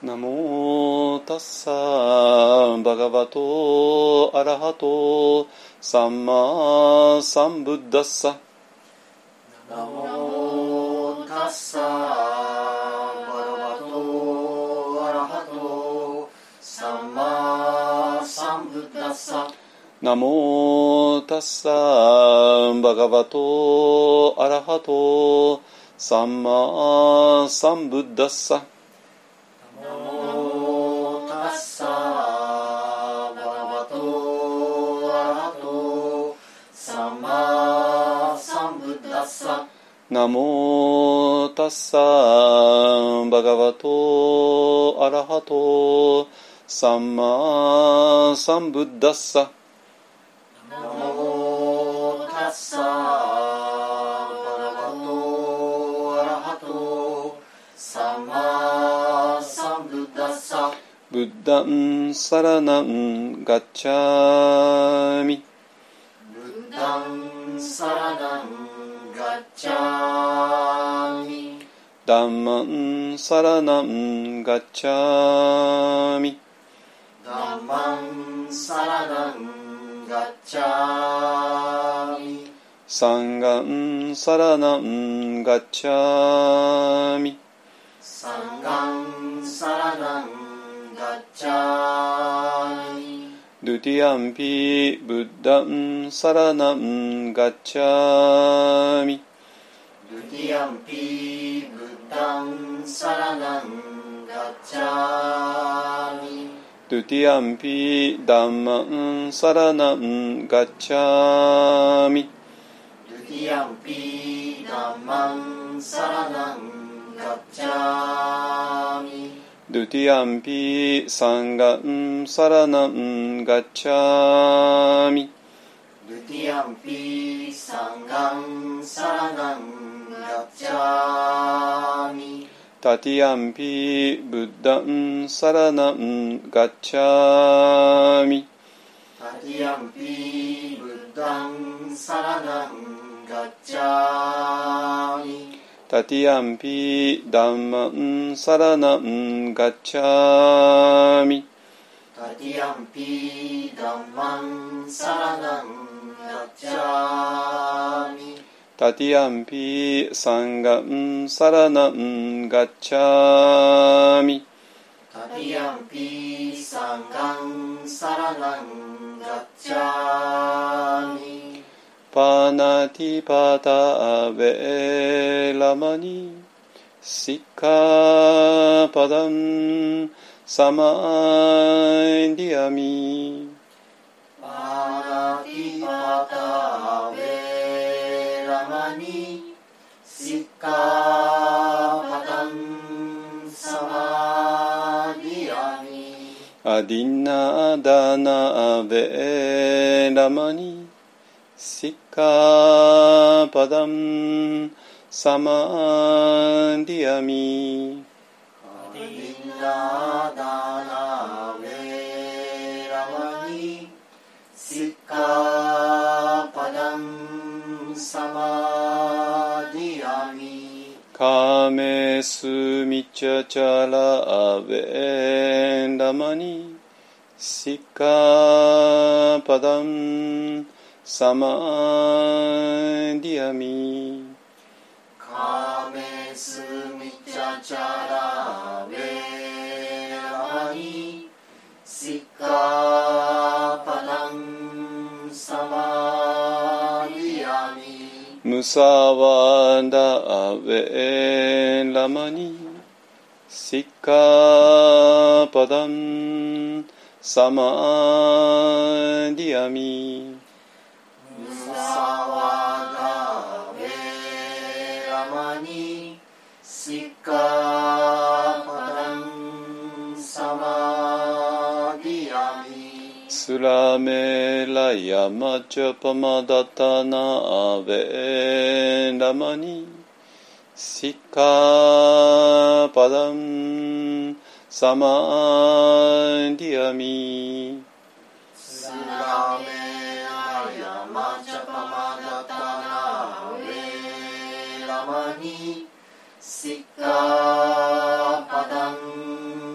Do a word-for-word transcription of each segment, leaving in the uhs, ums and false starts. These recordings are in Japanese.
ナモタッサーバガバトアラハトサンマサンブッダッサ。 ナモタッサーバガバトアラハトサンマサンブッダッサ。 ナモタッサーバガバトアラハトサンマサンブッダッサ。 ナモタッサーバガバトアラハトサンマサンブッダッサ。 ナモタッサーバガバトアラハトサンマサンブッダッサ。 ナモタッサーバガバトアラハトサンマサンブッダッサ。 ブッダンサラナンガッチャミ。 ブッダンサラナンガッチャミ。 ダンマンサラナンガッチャミ。 ダンマンサラナンガッチャミ。 サンガンサラナンガッチャミ。 サンガンサラナンガッチャミ。 ドゥティアンピブッダンサラナンガッチャミ。 ドゥティアンピブッダンサラナンガッチャミ。 ドゥティアンピダンマンサラナンガッチャミ。 ドゥティアンピダンマンサラナンガッチャミ。 ドゥティアンピサンガンサラナンガッチャミ。 ドゥティアンピサンガンサラナンガッチャミ。 タティアンピブッダンサラナンガッチャミ。 タティアンピブッダンサラナンガッチャミ。 タティアンピダンマンサラナンガッチャミ。 タティアンピダンマンサラナンガッチャミ。 タティアンピサンガンサラナンガッチャミ。 タティアンピサンガンサラナンガッチャミ。 パナティパタアベラマニシッカパダンサマイディアミ。 パナティパタアベラマニシッカパダンサマディアミ。 アディナダナベラマニシッカパダンサマディアミ。 アディナダナベラマニシッカパダンサマディアミ。 カメスミチャチャラアベラマニシッカパダンサマディアミ。 カメスミチャチャラベラマニシッカパダンサマディアミ。 ムサワダアベラマニシッカパダンサマディアミ。 ムサワダベラマニシッカパダンサマディアミ。 スラメラヤマチャパマダタナアベラマニシッカパダンサマディアミ。 スラメラヤマチャパマダタナベラマニシッカパダン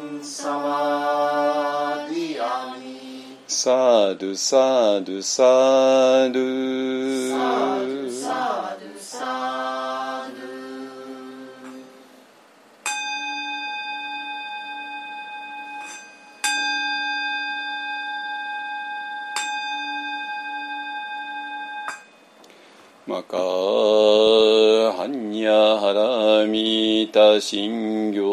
サワディアミサードサードサードサードサードサードマカハンニャハラミタシンギョ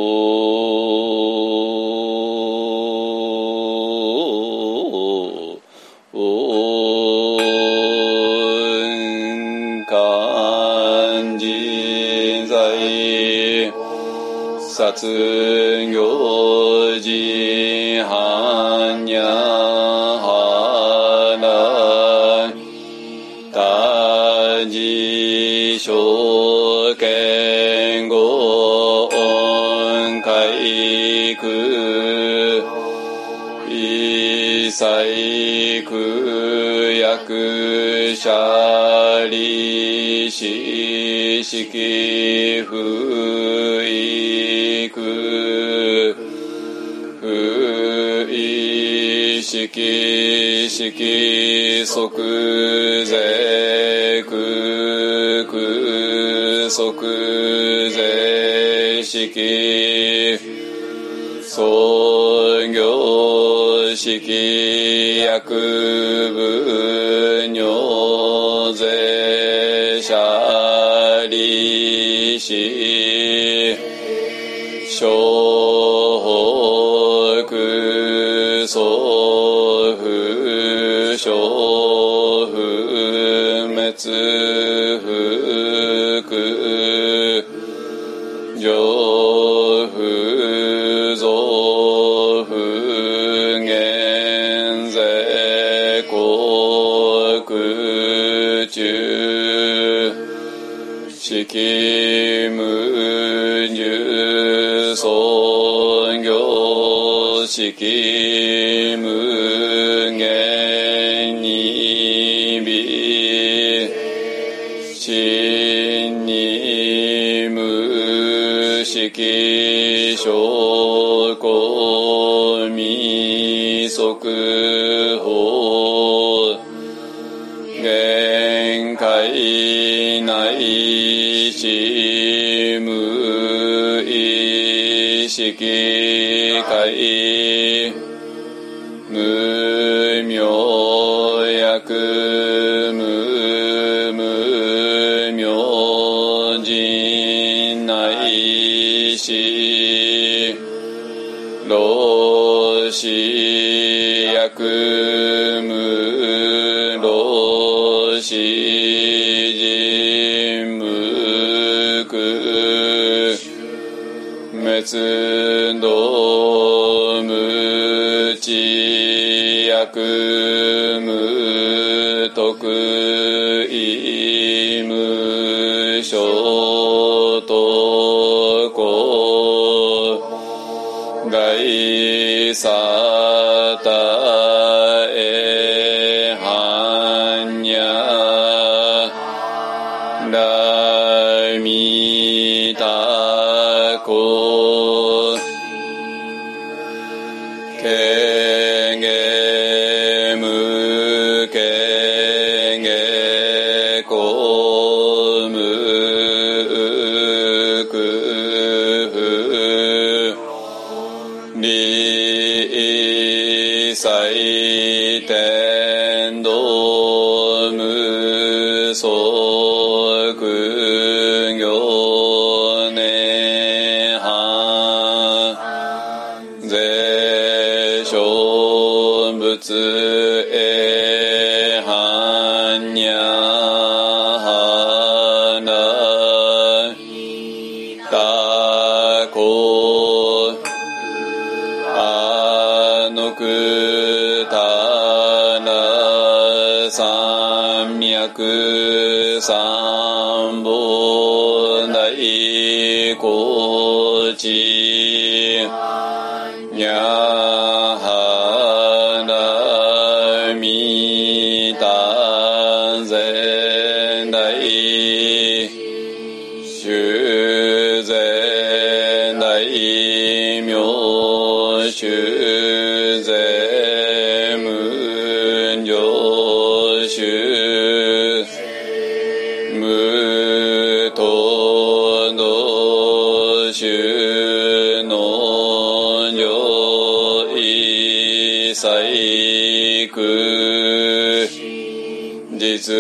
漢人在殺行人ハンニャハラタジ証券語音回復一切苦役者利子式不意苦不意識式即税苦苦即税式創業式薬分尿税者利子小北総不小不滅不上不増不減税国中式無入創業式無限に微真に無式証拠未速報限界内し無意識界無明薬無無明人内し老死薬無老死人無苦滅道無知薬無徳意無所得公外サタエハンニャラミタコケゲムケゲコムクフ理祭天道無足行涅槃税小仏へ般若花タコアノクタナ三脈三宝大高知ニャハナミタゼ大修善大名修税無常修無等度修の如意細工実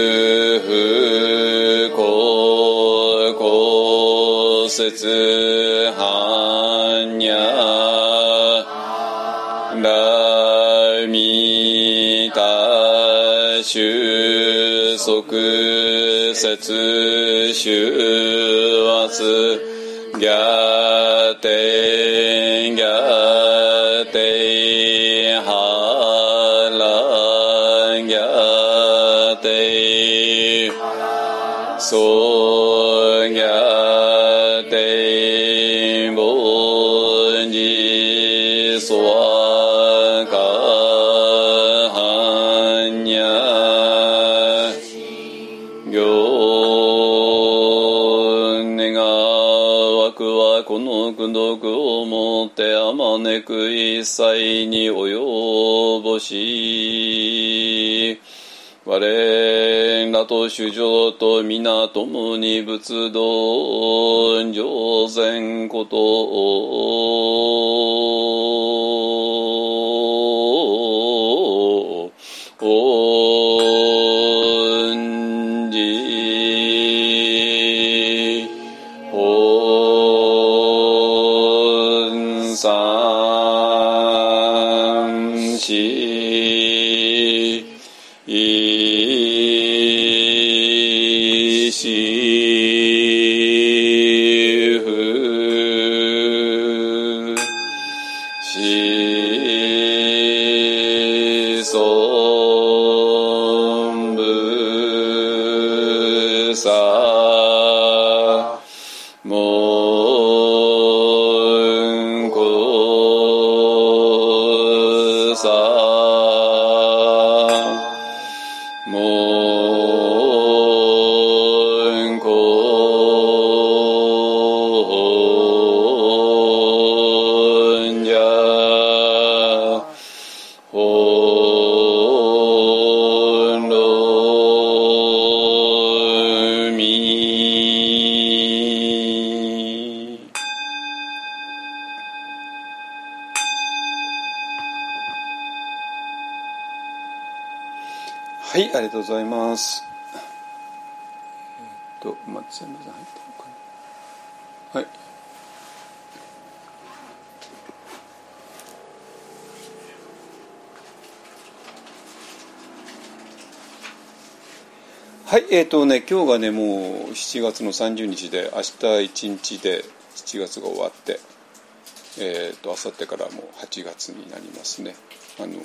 不公公説般若羅弥陀収束説修圧逆転逆転波乱逆転そう逆転凡事そわかはんにゃ行願わくはこの功徳をもってあまねく一切に及ぼし我らと主情と皆共に仏道上善ことを恩じ本三しいしふしそんぶさもんこさもんこんじゃほんろみはい、ありがとうございます。えっと、まあ、全部入ってるのかな。はい。はい、えっとね、今日がね、もうしちがつのさんじゅうにちで、明日いちにちでしちがつが終わって、えっと、明後日からもうはちがつになりますね。あの、うん。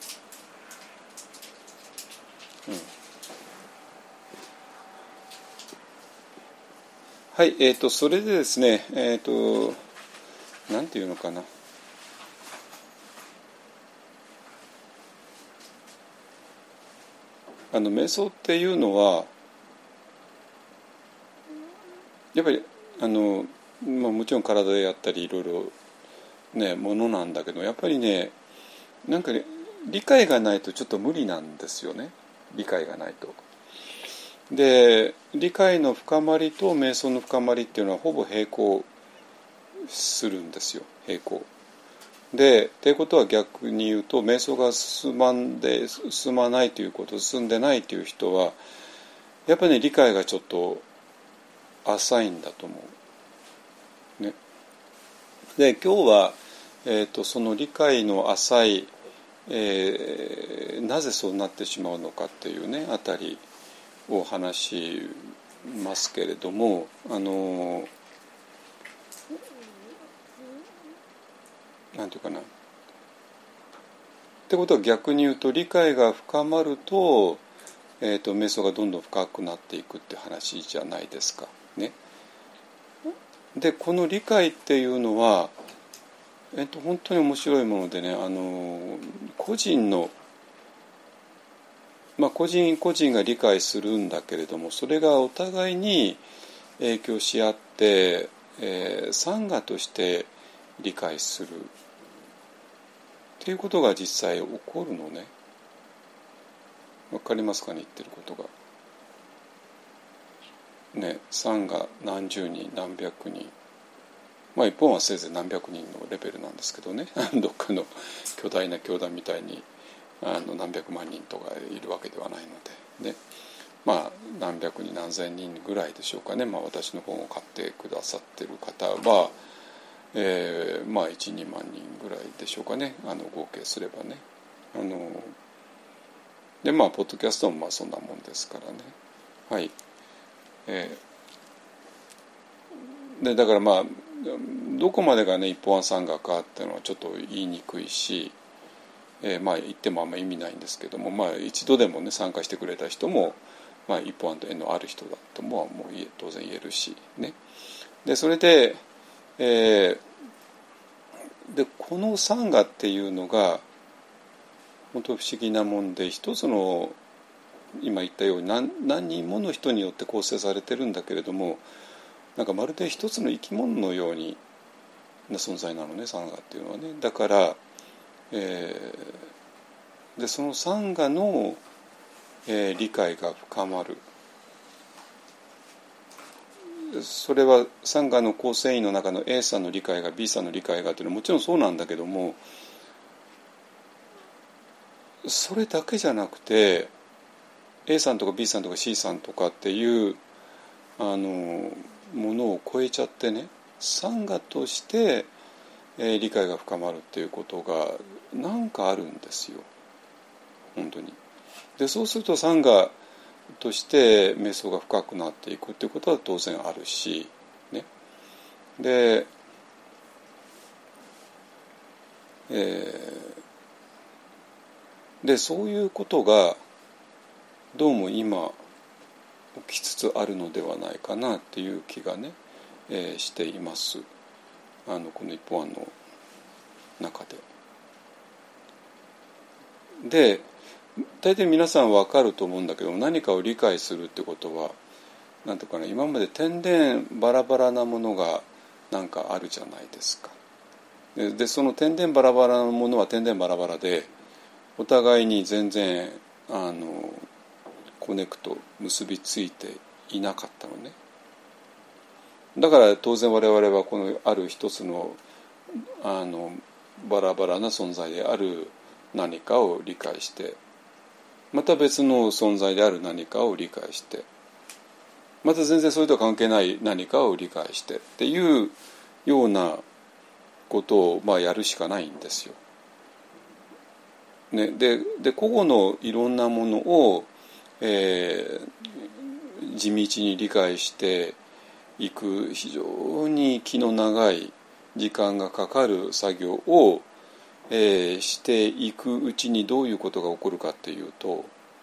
はい、えっと、それでですね、えっと、なんていうのかな。あの瞑想っていうのはやっぱりあの、まあ、もちろん体でやったりいろいろねものなんだけどやっぱりねなんかね理解がないとちょっと無理なんですよね。理解がないと。で理解の深まりと瞑想の深まりっていうのはほぼ並行するんですよ。並行でっていうことは逆に言うと瞑想が進まんで進まないということ進んでないという人はやっぱりね理解がちょっと浅いんだと思う。ね、で今日は、えーと、その理解の浅い、えー、なぜそうなってしまうのかっていうねあたりを話しますけれどもあのなんていうかなってことは逆に言うと理解が深まると、えーと、瞑想がどんどん深くなっていくって話じゃないですか。ね、でこの理解っていうのは、えーと、本当に面白いものでねあの個人のまあ個人個人が理解するんだけれどもそれがお互いに影響し合って、えー、参加として理解するっていうことが実際起こるのね。わかりますかね、言ってることが。ね、参が何十人何百人、まあ一本はせいぜい何百人のレベルなんですけどねどっかの巨大な教団みたいにあの何百万人とかいるわけではないので、ね、まあ何百人何千人ぐらいでしょうかね、まあ、私の本を買ってくださってる方は、えー、まあいち、にまん人ぐらいでしょうかね、あの合計すればね。あのでまあポッドキャストもまあそんなもんですからね。はい。えー、でだからまあどこまでがね一本案参画かっていうのはちょっと言いにくいし、えー、まあ言ってもあんまり意味ないんですけども、まあ一度でもね参加してくれた人も、まあ、一本案と縁のある人だとももう当然言えるしね。でそれで、えー、でこの参画っていうのが本当不思議なもんで、一つの今言ったように 何, 何人もの人によって構成されてるんだけれども、なんかまるで一つの生き物のようにな存在なのね、サンガっていうのはね。だから、えー、でそのサンガの、えー、理解が深まる。それはサンガの構成員の中の A さんの理解が B さんの理解がというのはもちろんそうなんだけども、それだけじゃなくて A さんとか B さんとか C さんとかっていうあのものを超えちゃってね、サンガとして、えー、理解が深まるっていうことがなんかあるんですよ、本当に。でそうするとサンガとして瞑想が深くなっていくっていうことは当然あるし、ね、で、えー、でそういうことがどうも今起きつつあるのではないかなっていう気がね、えー、しています。あのこの一本案の中で。で大体皆さん分かると思うんだけど、何かを理解するってことはなんとかね、今まで点々バラバラなものがなんかあるじゃないですか。で, でその点々バラバラなものは点々バラバラでお互いに全然あのコネクト結びついていなかったのね。だから当然我々はこのある一つのあのバラバラな存在である何かを理解して、また別の存在である何かを理解して、また全然それとは関係ない何かを理解してっていうようなことをまあやるしかないんですよ。ね、で, で個々のいろんなものを、えー、地道に理解していく非常に気の長い時間がかかる作業を、えー、していくうちにどういうことが起こるかっていうと、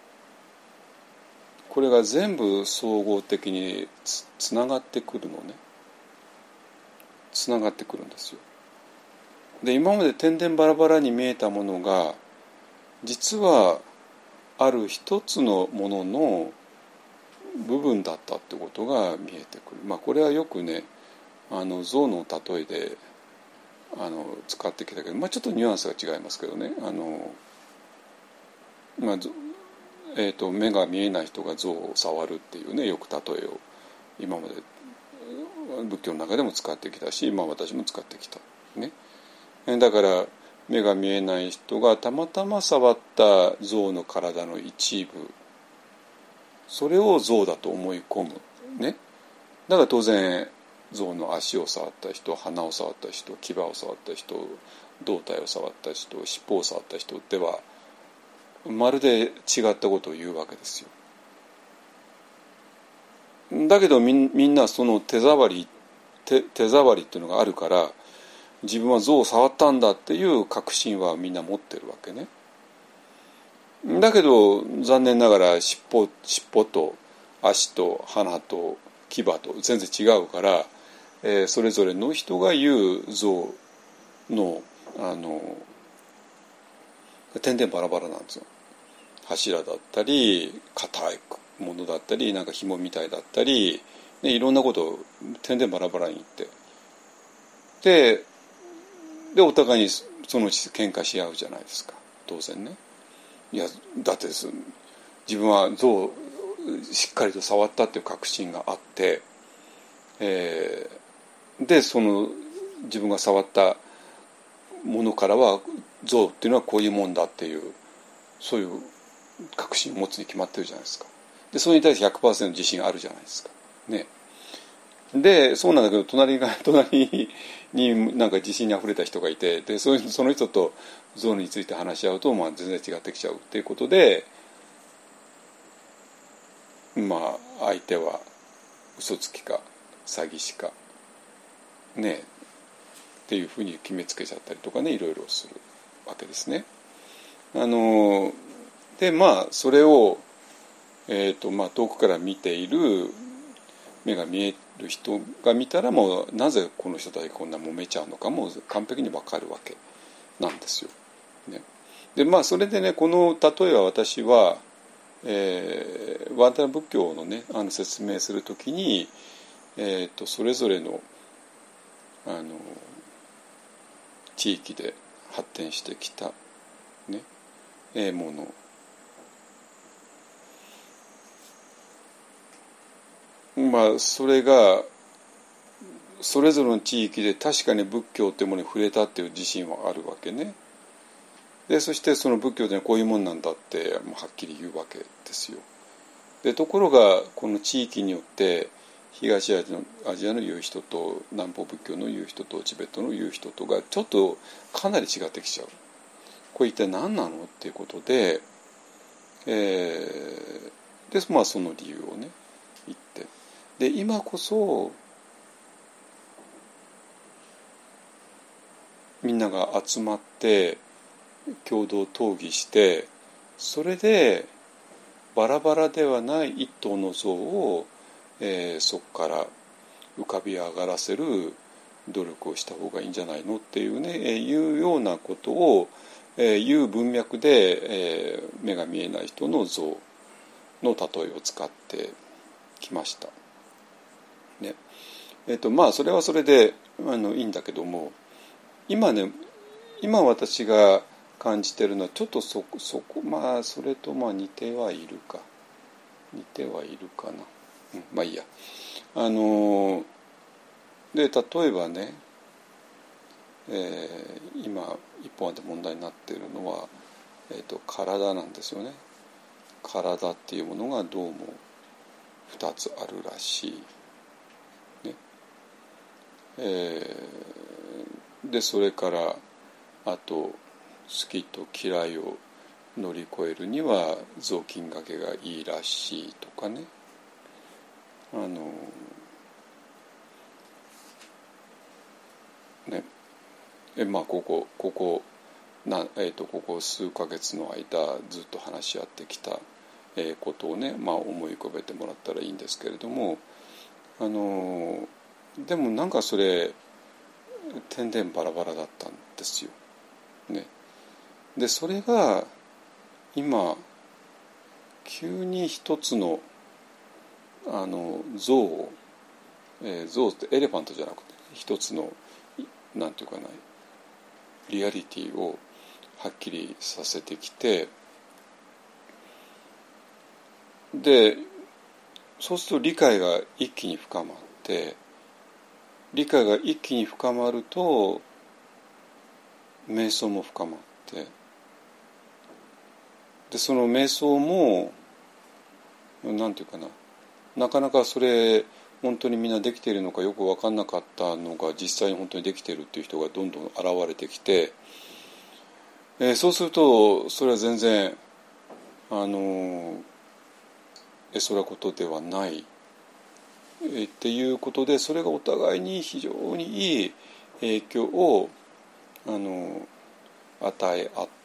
これが全部総合的に つ, つながってくるのね。つながってくるんですよ。で今まで点々バラバラに見えたものが実はある一つのものの部分だったってことが見えてくる。まあこれはよくね、あの象の例えであの使ってきたけど、まあ、ちょっとニュアンスが違いますけどね、あの、まあえー、と目が見えない人が象を触るっていうね、よく例えを今まで仏教の中でも使ってきたし、まあ、私も使ってきたね。だから目が見えない人がたまたま触った象の体の一部、それを象だと思い込むね。だから当然象の足を触った人、鼻を触った人、牙を触った人、胴体を触った人、尻尾を触った人ではまるで違ったことを言うわけですよ。だけど み, みんなその手触り 手, 手触りっていうのがあるから、自分は象を触ったんだっていう確信はみんな持ってるわけね。だけど残念ながら尻尾、尻尾と足と鼻と牙と全然違うから、えー、それぞれの人が言う象のあの点々バラバラなんですよ。柱だったり硬いものだったり、なんか紐みたいだったり、ね、いろんなことを点々バラバラに言って、ででお互いにそのうち喧嘩し合うじゃないですか、当然ね。いやだって自分は象をしっかりと触ったっていう確信があって、えー、でその自分が触ったものからは象っていうのはこういうもんだっていうそういう確信を持つに決まってるじゃないですか。でそれに対して ひゃくパーセント 自信あるじゃないですかね。でそうなんだけど隣が隣になんか自信にあふれた人がいて、でその人と象について話し合うと、まあ、全然違ってきちゃうっていうことで、まあ相手は嘘つきか詐欺師かねっていうふうに決めつけちゃったりとかね、いろいろするわけですね。あのでまあそれを、えーとまあ、遠くから見ている目が見える人が見たら、もうなぜこの人たちこんな揉めちゃうのかも完璧に分かるわけなんですよ。ね、でまあそれでね、この例えは私は、えー、ワータナ仏教のねあの説明するときに、えーとそれぞれのあの地域で発展してきた、ねえー、ものまあそれがそれぞれの地域で確かに仏教というものに触れたっていう自信はあるわけね。でそしてその仏教というのはこういうもんなんだってもうはっきり言うわけですよ。でところがこの地域によって東アジアの、アジアの言う人と南方仏教の言う人とチベットの言う人とがちょっとかなり違ってきちゃう。これ一体何なのっていうことで、えー、でまあその理由をね言って、で今こそみんなが集まって共同討議して、それでバラバラではない一頭の像を、えー、そこから浮かび上がらせる努力をした方がいいんじゃないのっていうね、えー、いうようなことを、えー、いう文脈で、えー、目が見えない人の像の例えを使ってきました。ねえーとまあ、それはそれであのいいんだけども、今ね今私が感じてるのはちょっとそこそこまあそれとまあ似てはいるか似てはいるかな、うん、まあいいや。あので例えばね、えー、今一本で問題になっているのは、えーと、体なんですよね。体っていうものがどうもふたつあるらしい、ねえー、でそれからあと好きと嫌いを乗り越えるには雑巾がけがいいらしいとかね、あのねえまあここここな、えー、とここ数ヶ月の間ずっと話し合ってきた、えー、ことをね、まあ、思い浮かべてもらったらいいんですけれども、あのでもなんかそれ点々バラバラだったんですよ。ね、でそれが今急に一つのあの像を、えー、像ってエレファントじゃなくて一つのなんていうかなリアリティをはっきりさせてきて、でそうすると理解が一気に深まって、理解が一気に深まると瞑想も深まって、でその瞑想もなんていうかな、なかなかそれ本当にみんなできているのかよく分かんなかったのが実際に本当にできているっていう人がどんどん現れてきて、えー、そうするとそれは全然あのえそらことではない、えー、っていうことで、それがお互いに非常にいい影響をあの与え合って、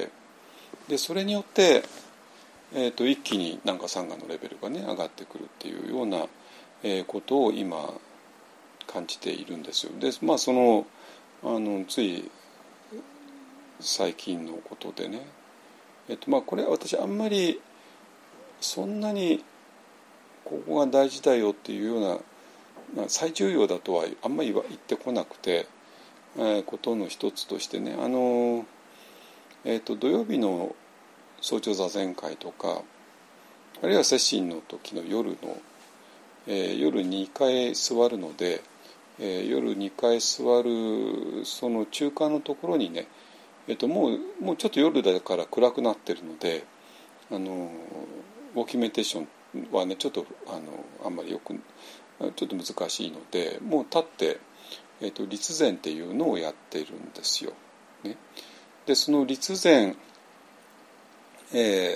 でそれによって、えー、と一気になんかサンガのレベルがね上がってくるっていうような、えー、ことを今感じているんですよ。でまあそのあのつい最近のことでね、えっとまあこれは私あんまりそんなにここが大事だよっていうような、まあ、最重要だとはあんまり言ってこなくて、 えー、ことの一つとしてね、あの、えーと、土曜日の早朝座禅会とか、あるいは接心の時の夜の、えー、夜にかい座るので、えー、夜にかい座るその中間のところにね、えーと、もう、もうちょっと夜だから暗くなってるので、あのウォーキングメディテーションはねちょっとあのあんまりよくちょっと難しいので、もう立って、えーと、立禅っていうのをやっているんですよ。ね、でその立禅、え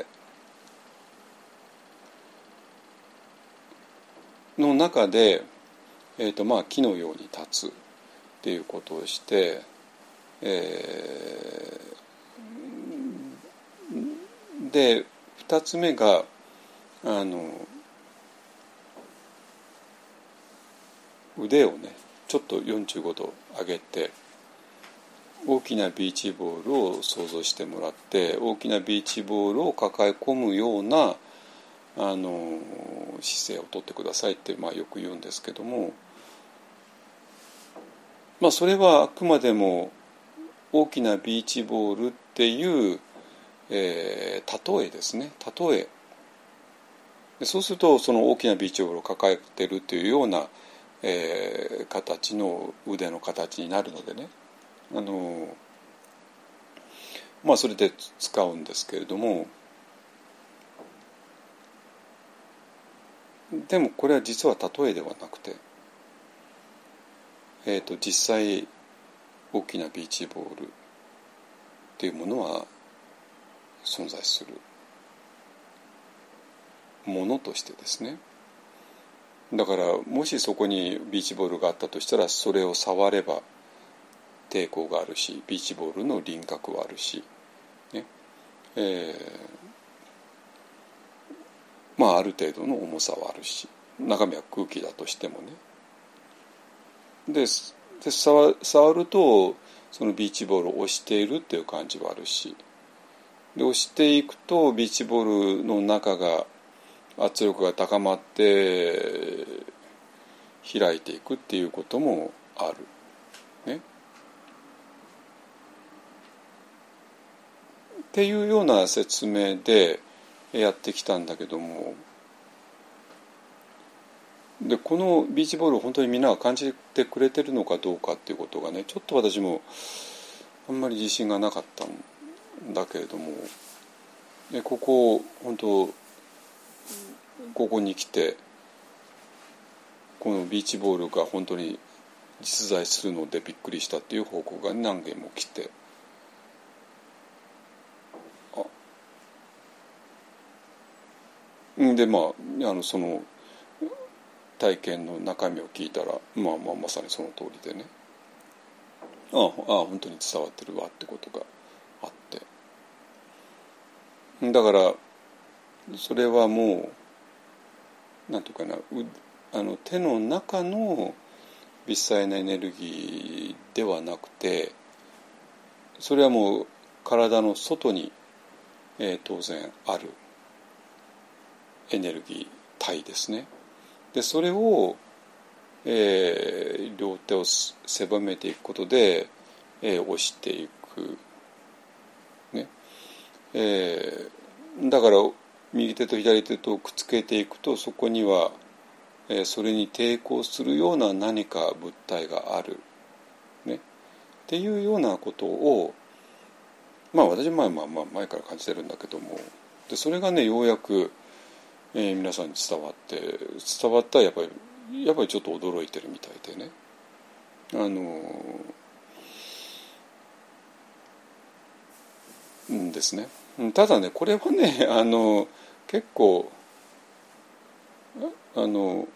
ー、の中で、えーとまあ、木のように立つっていうことをして、えー、で二つ目があの腕をねちょっとよんじゅうごど上げて大きなビーチボールを想像してもらって、大きなビーチボールを抱え込むようなあの姿勢をとってくださいって、まあ、よく言うんですけども、まあ、それはあくまでも大きなビーチボールっていう、えー、例えですね。例えでそうするとその大きなビーチボールを抱えてるっていうような、えー、形の腕の形になるのでね、あのまあそれで使うんですけれども、でもこれは実は例えではなくて、えーと、実際大きなビーチボールっていうものは存在するものとしてですね。だからもしそこにビーチボールがあったとしたら、それを触れば抵抗があるし、ビーチボールの輪郭はあるし、ねえー、まあある程度の重さはあるし、中身は空気だとしてもね。で、で 触, 触るとそのビーチボールを押しているっていう感じはあるし、で押していくとビーチボールの中が圧力が高まって開いていくっていうこともある、ね、っていうような説明でやってきたんだけども、でこのビーチボールを本当にみんなが感じてくれてるのかどうかっていうことがね、ちょっと私もあんまり自信がなかったんだけれども、でここ本当ここに来てこのビーチボールが本当に実在するのでびっくりしたっていう報告が何件も来て、あでまああのその体験の中身を聞いたら、まあまあまさにその通りでね、ああ本当に伝わってるわってことがあって、だからそれはもうなんていうかな、あの手の中の微細なエネルギーではなくて、それはもう体の外に、えー、当然あるエネルギー体ですね。でそれを、えー、両手を狭めていくことで、えー、押していく、ねえー、だから右手と左手とくっつけていくと、そこには、えー、それに抵抗するような何か物体がある、ね、っていうようなことを、まあ私はまあまあ前から感じてるんだけども、でそれがねようやく、えー、皆さんに伝わって伝わったらやっぱりやっぱりちょっと驚いてるみたいでね、あのうんですね。ただねこれはねあの結構あの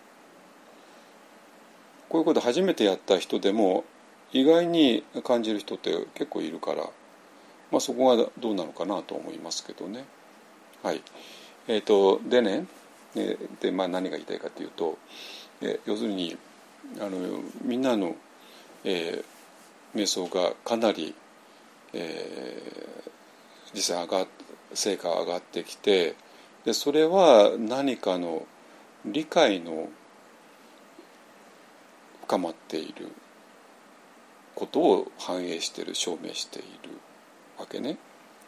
こういうこと初めてやった人でも意外に感じる人って結構いるから、まあ、そこがどうなのかなと思いますけどね。はい。えーと、でね、で、まあ、何が言いたいかというと、え要するにあのみんなの、えー、瞑想がかなり、えー、実際上が成果が上がってきて、でそれは何かの理解の深まっているこことを反映している、証明しているわけね。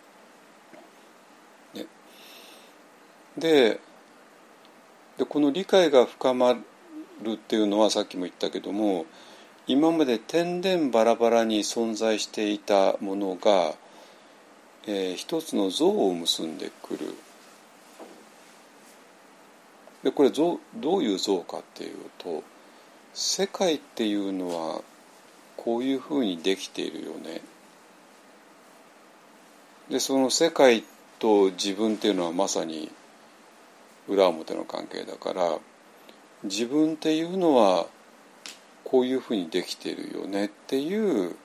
ねででこの理解が深まるっていうのはさっきも言ったけども、今まで点々バラバラに存在していたものが、えー、一つの像を結んでくる。でこれ像どういう像かっていうと、世界っていうのはこういうふうにできているよね。でその世界と自分っていうのはまさに裏表の関係だから、自分っていうのはこういうふうにできているよねっていう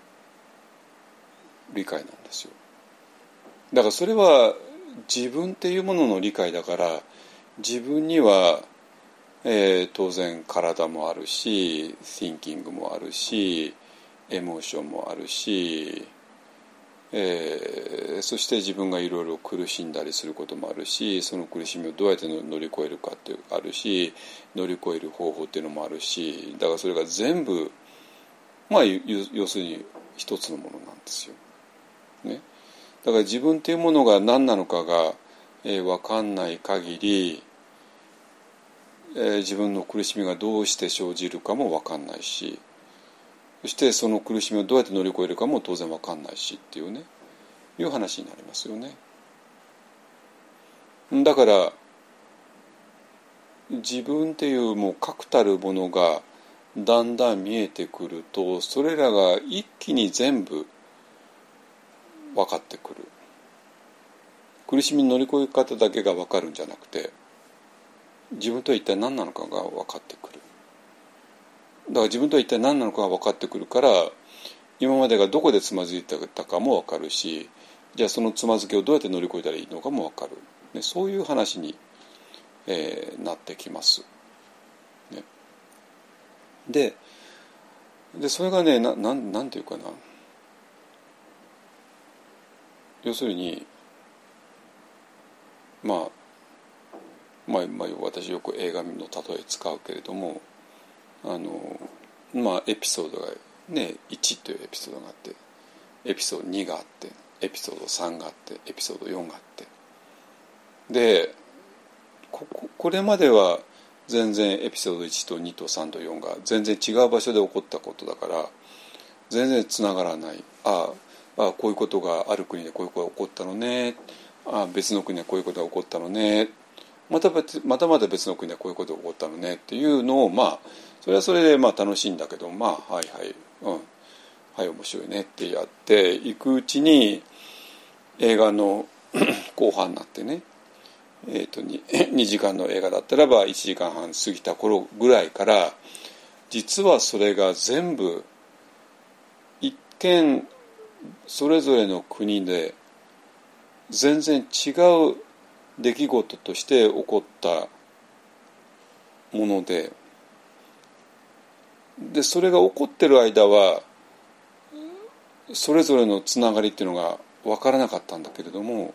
理解なんですよ。だからそれは自分っていうものの理解だから、自分には、えー、当然体もあるし、thinking もあるし、エモーションもあるし、えー、そして自分がいろいろ苦しんだりすることもあるし、その苦しみをどうやって乗り越えるかってあるし、乗り越える方法っていうのもあるし、だからそれが全部、まあ要するに一つのものなんですよ。ね、だから自分っていうものが何なのかが、えー、分かんない限り、えー、自分の苦しみがどうして生じるかも分かんないし、そしてその苦しみをどうやって乗り越えるかも当然分かんないしっていうね、いう話になりますよね。だから自分っていうもう確たるものがだんだん見えてくると、それらが一気に全部分かってくる。苦しみの乗り越え方だけが分かるんじゃなくて、自分とは一体何なのかが分かってくる。だから自分とは一体何なのかが分かってくるから、今までがどこでつまずいてたかも分かるし、じゃあそのつまずきをどうやって乗り越えたらいいのかも分かる、ね、そういう話に、えー、なってきます、ね、で, でそれがね な, な, なんていうかな、要するにまあまあ、まあ、私よく映画の例え使うけれども、あのまあエピソードがねいちというエピソードがあって、エピソードにがあって、エピソードさんがあって、エピソードよんがあって、で こ, これまでは全然エピソードいちとにとさんとよんが全然違う場所で起こったことだから全然つながらない。ああ、こういうことがある国でこういうことが起こったのね、あ別の国でこういうことが起こったのね、また別またまた別の国でこういうことが起こったのねっていうのを、まあそれはそれでまあ楽しいんだけど、まあはいはいうんはい面白いねってやっていくうちに、映画の後半になってね、えー、と 2, にじかんの映画だったらばいちじかんはん過ぎた頃ぐらいから、実はそれが全部一見それぞれの国で全然違う出来事として起こったもので、でそれが起こってる間はそれぞれのつながりっていうのが分からなかったんだけれども、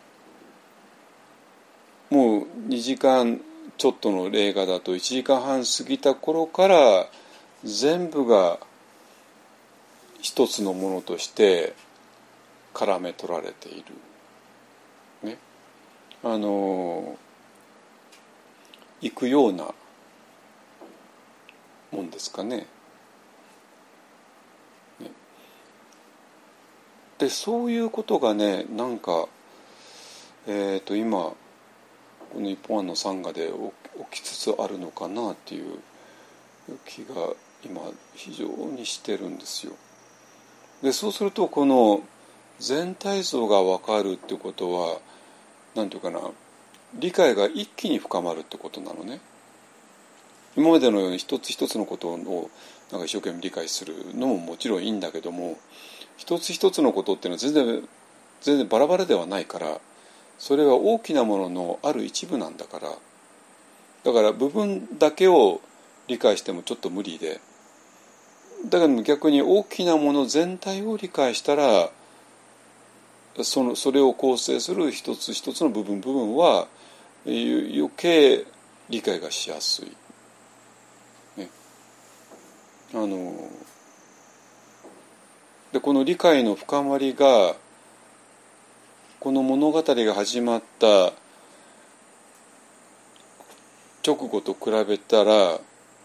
もうにじかんちょっとの映画だといちじかんはん過ぎた頃から全部が一つのものとして絡め取られている、ね、あの行くようなもんですかね。ねでそういうことがね、なんか、えー、と今この一本案のサンガで起きつつあるのかなっていう気が今非常にしてるんですよ。でそうするとこの全体像が分かるってことは何ていうかな、理解が一気に深まるってことなのね。今までのように一つ一つのことをなんか一生懸命理解するのももちろんいいんだけども、一つ一つのことっていうのは全然全然バラバラではないから、それは大きなもののある一部なんだから、だから部分だけを理解してもちょっと無理で、だから逆に大きなもの全体を理解したら、そのそれを構成する一つ一つの部分部分は余計理解がしやすい、ね、あのでこの理解の深まりがこの物語が始まった直後と比べたら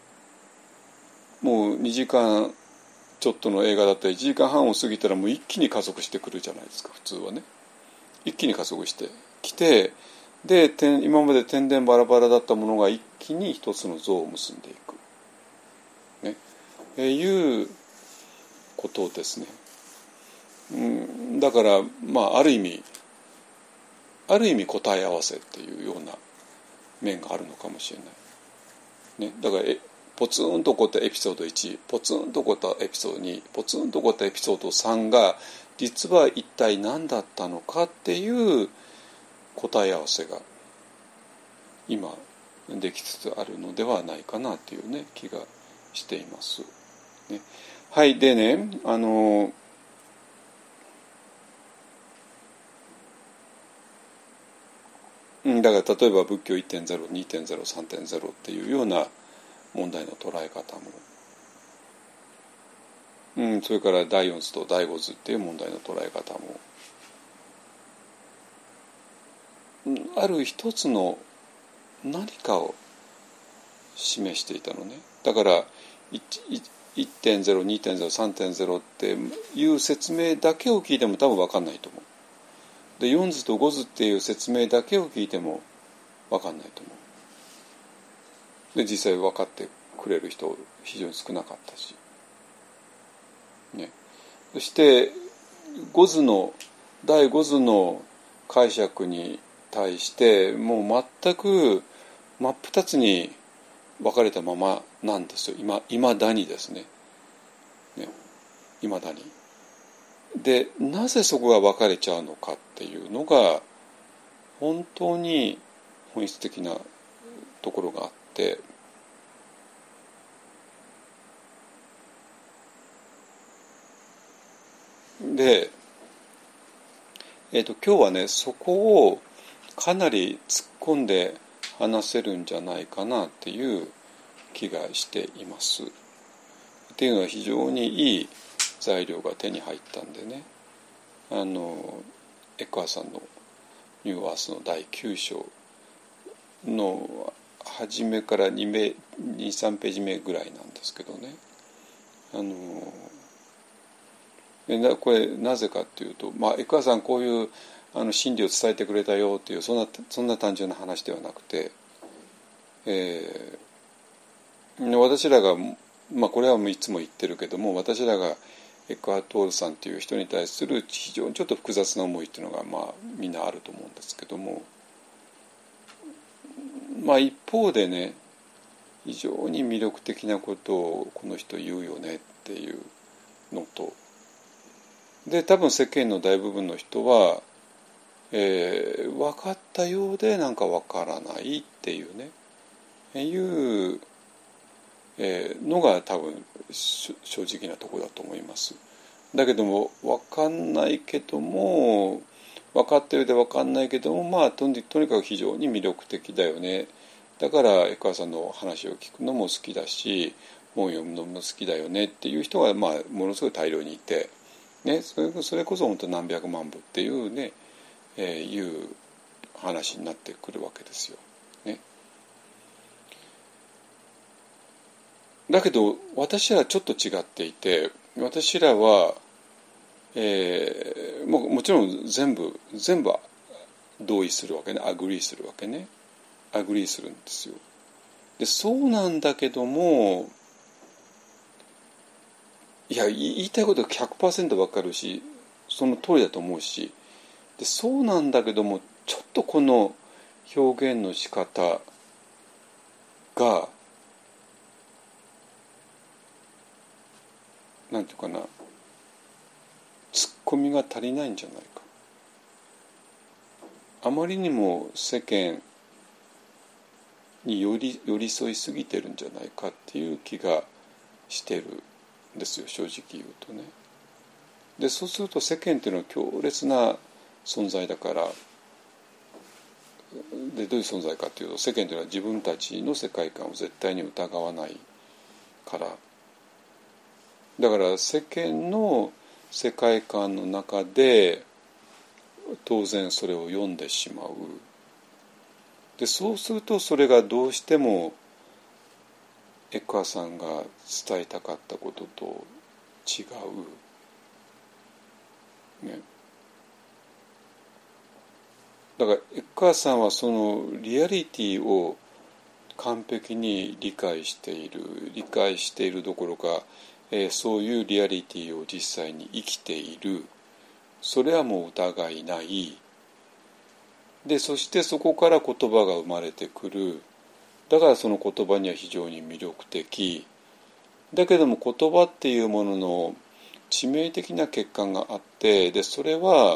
もうにじかんちょっとの映画だったらいちじかんはんを過ぎたらもう一気に加速してくるじゃないですか。普通はね一気に加速してきて、で今まで点々バラバラだったものが一気に一つの像を結んでいく、ね、えー、いうことですね。うん、だからまあある意味ある意味答え合わせっていうような面があるのかもしれない、ね、だからえポツンと起こったエピソードいち、ポツンと起こったエピソードに、ポツンと起こったエピソードさんが実は一体何だったのかっていう答え合わせが今できつつあるのではないかなというね気がしています、ね、はいでねあのだから例えば仏教 いってんゼロ、にてんゼロ、さんてんゼロ っていうような問題の捉え方も、うん、それから第四図と第五図っていう問題の捉え方も、うん、ある一つの何かを示していたのね。だから いってんゼロ、にてんゼロ、さんてんゼロ っていう説明だけを聞いても多分分かんないと思う。でよん図とご図っていう説明だけを聞いても分かんないと思う。で実際分かってくれる人非常に少なかったし、ね、そしてご図のだいご図の解釈に対してもう全く真っ二つに分かれたままなんですよ。今いまだにですね。ね、いまだに。でなぜそこが分かれちゃうのかっていうのが本当に本質的なところがあって、で、えーと、今日はねそこをかなり突っ込んで話せるんじゃないかなっていう気がしています。っていうのは非常にいい材料が手に入ったんでね、あのエクアさんのニューアースのだいきゅう章の初めからに、さんページ目ぐらいなんですけどね、あのこれなぜかっていうと、まあ、エクアさんこういうあの真理を伝えてくれたよっていうそんなそんな単純な話ではなくて、えー、私らが、まあ、これはいつも言ってるけども、私らがエクアトールさんという人に対する非常にちょっと複雑な思いっていうのが、まあ、みんなあると思うんですけども、まあ、一方でね非常に魅力的なことをこの人言うよねっていうのと、で多分世間の大部分の人は、えー、分かったようでなんか分からないっていうねいう、えー、のが多分正直なところだと思います。だけども分かんないけども分かったようで分かんないけども、まあとに、とにかく非常に魅力的だよね。だからエクアさんの話を聞くのも好きだし本を読むのも好きだよねっていう人が、まあ、ものすごい大量にいて、ね、それ、それこそ本当何百万部っていうね、えー、いう話になってくるわけですよ。ね、だけど私らはちょっと違っていて、私らは、えー、も, もちろん全部全部同意するわけね、アグリーするわけね、アグリーするんですよ。でそうなんだけども、いや言いたいことが ひゃくパーセント 分かるしその通りだと思うし、でそうなんだけどもちょっとこの表現の仕方がなんていうかな、ツッコミが足りないんじゃないか、あまりにも世間に寄り、寄り添いすぎてるんじゃないかっていう気がしてるんですよ、正直言うとね。でそうすると世間っていうのは強烈な存在だから、でどういう存在かっていうと、世間というのは自分たちの世界観を絶対に疑わないから、だから世間の世界観の中で当然それを読んでしまう。でそうするとそれがどうしてもエッカーさんが伝えたかったことと違う、ね、だからエッカーさんはそのリアリティを完璧に理解している理解しているどころか、えー、そういうリアリティを実際に生きている。それはもう疑いない。でそしてそこから言葉が生まれてくる。だからその言葉には非常に魅力的だけども、言葉っていうものの致命的な欠陥があって、でそれは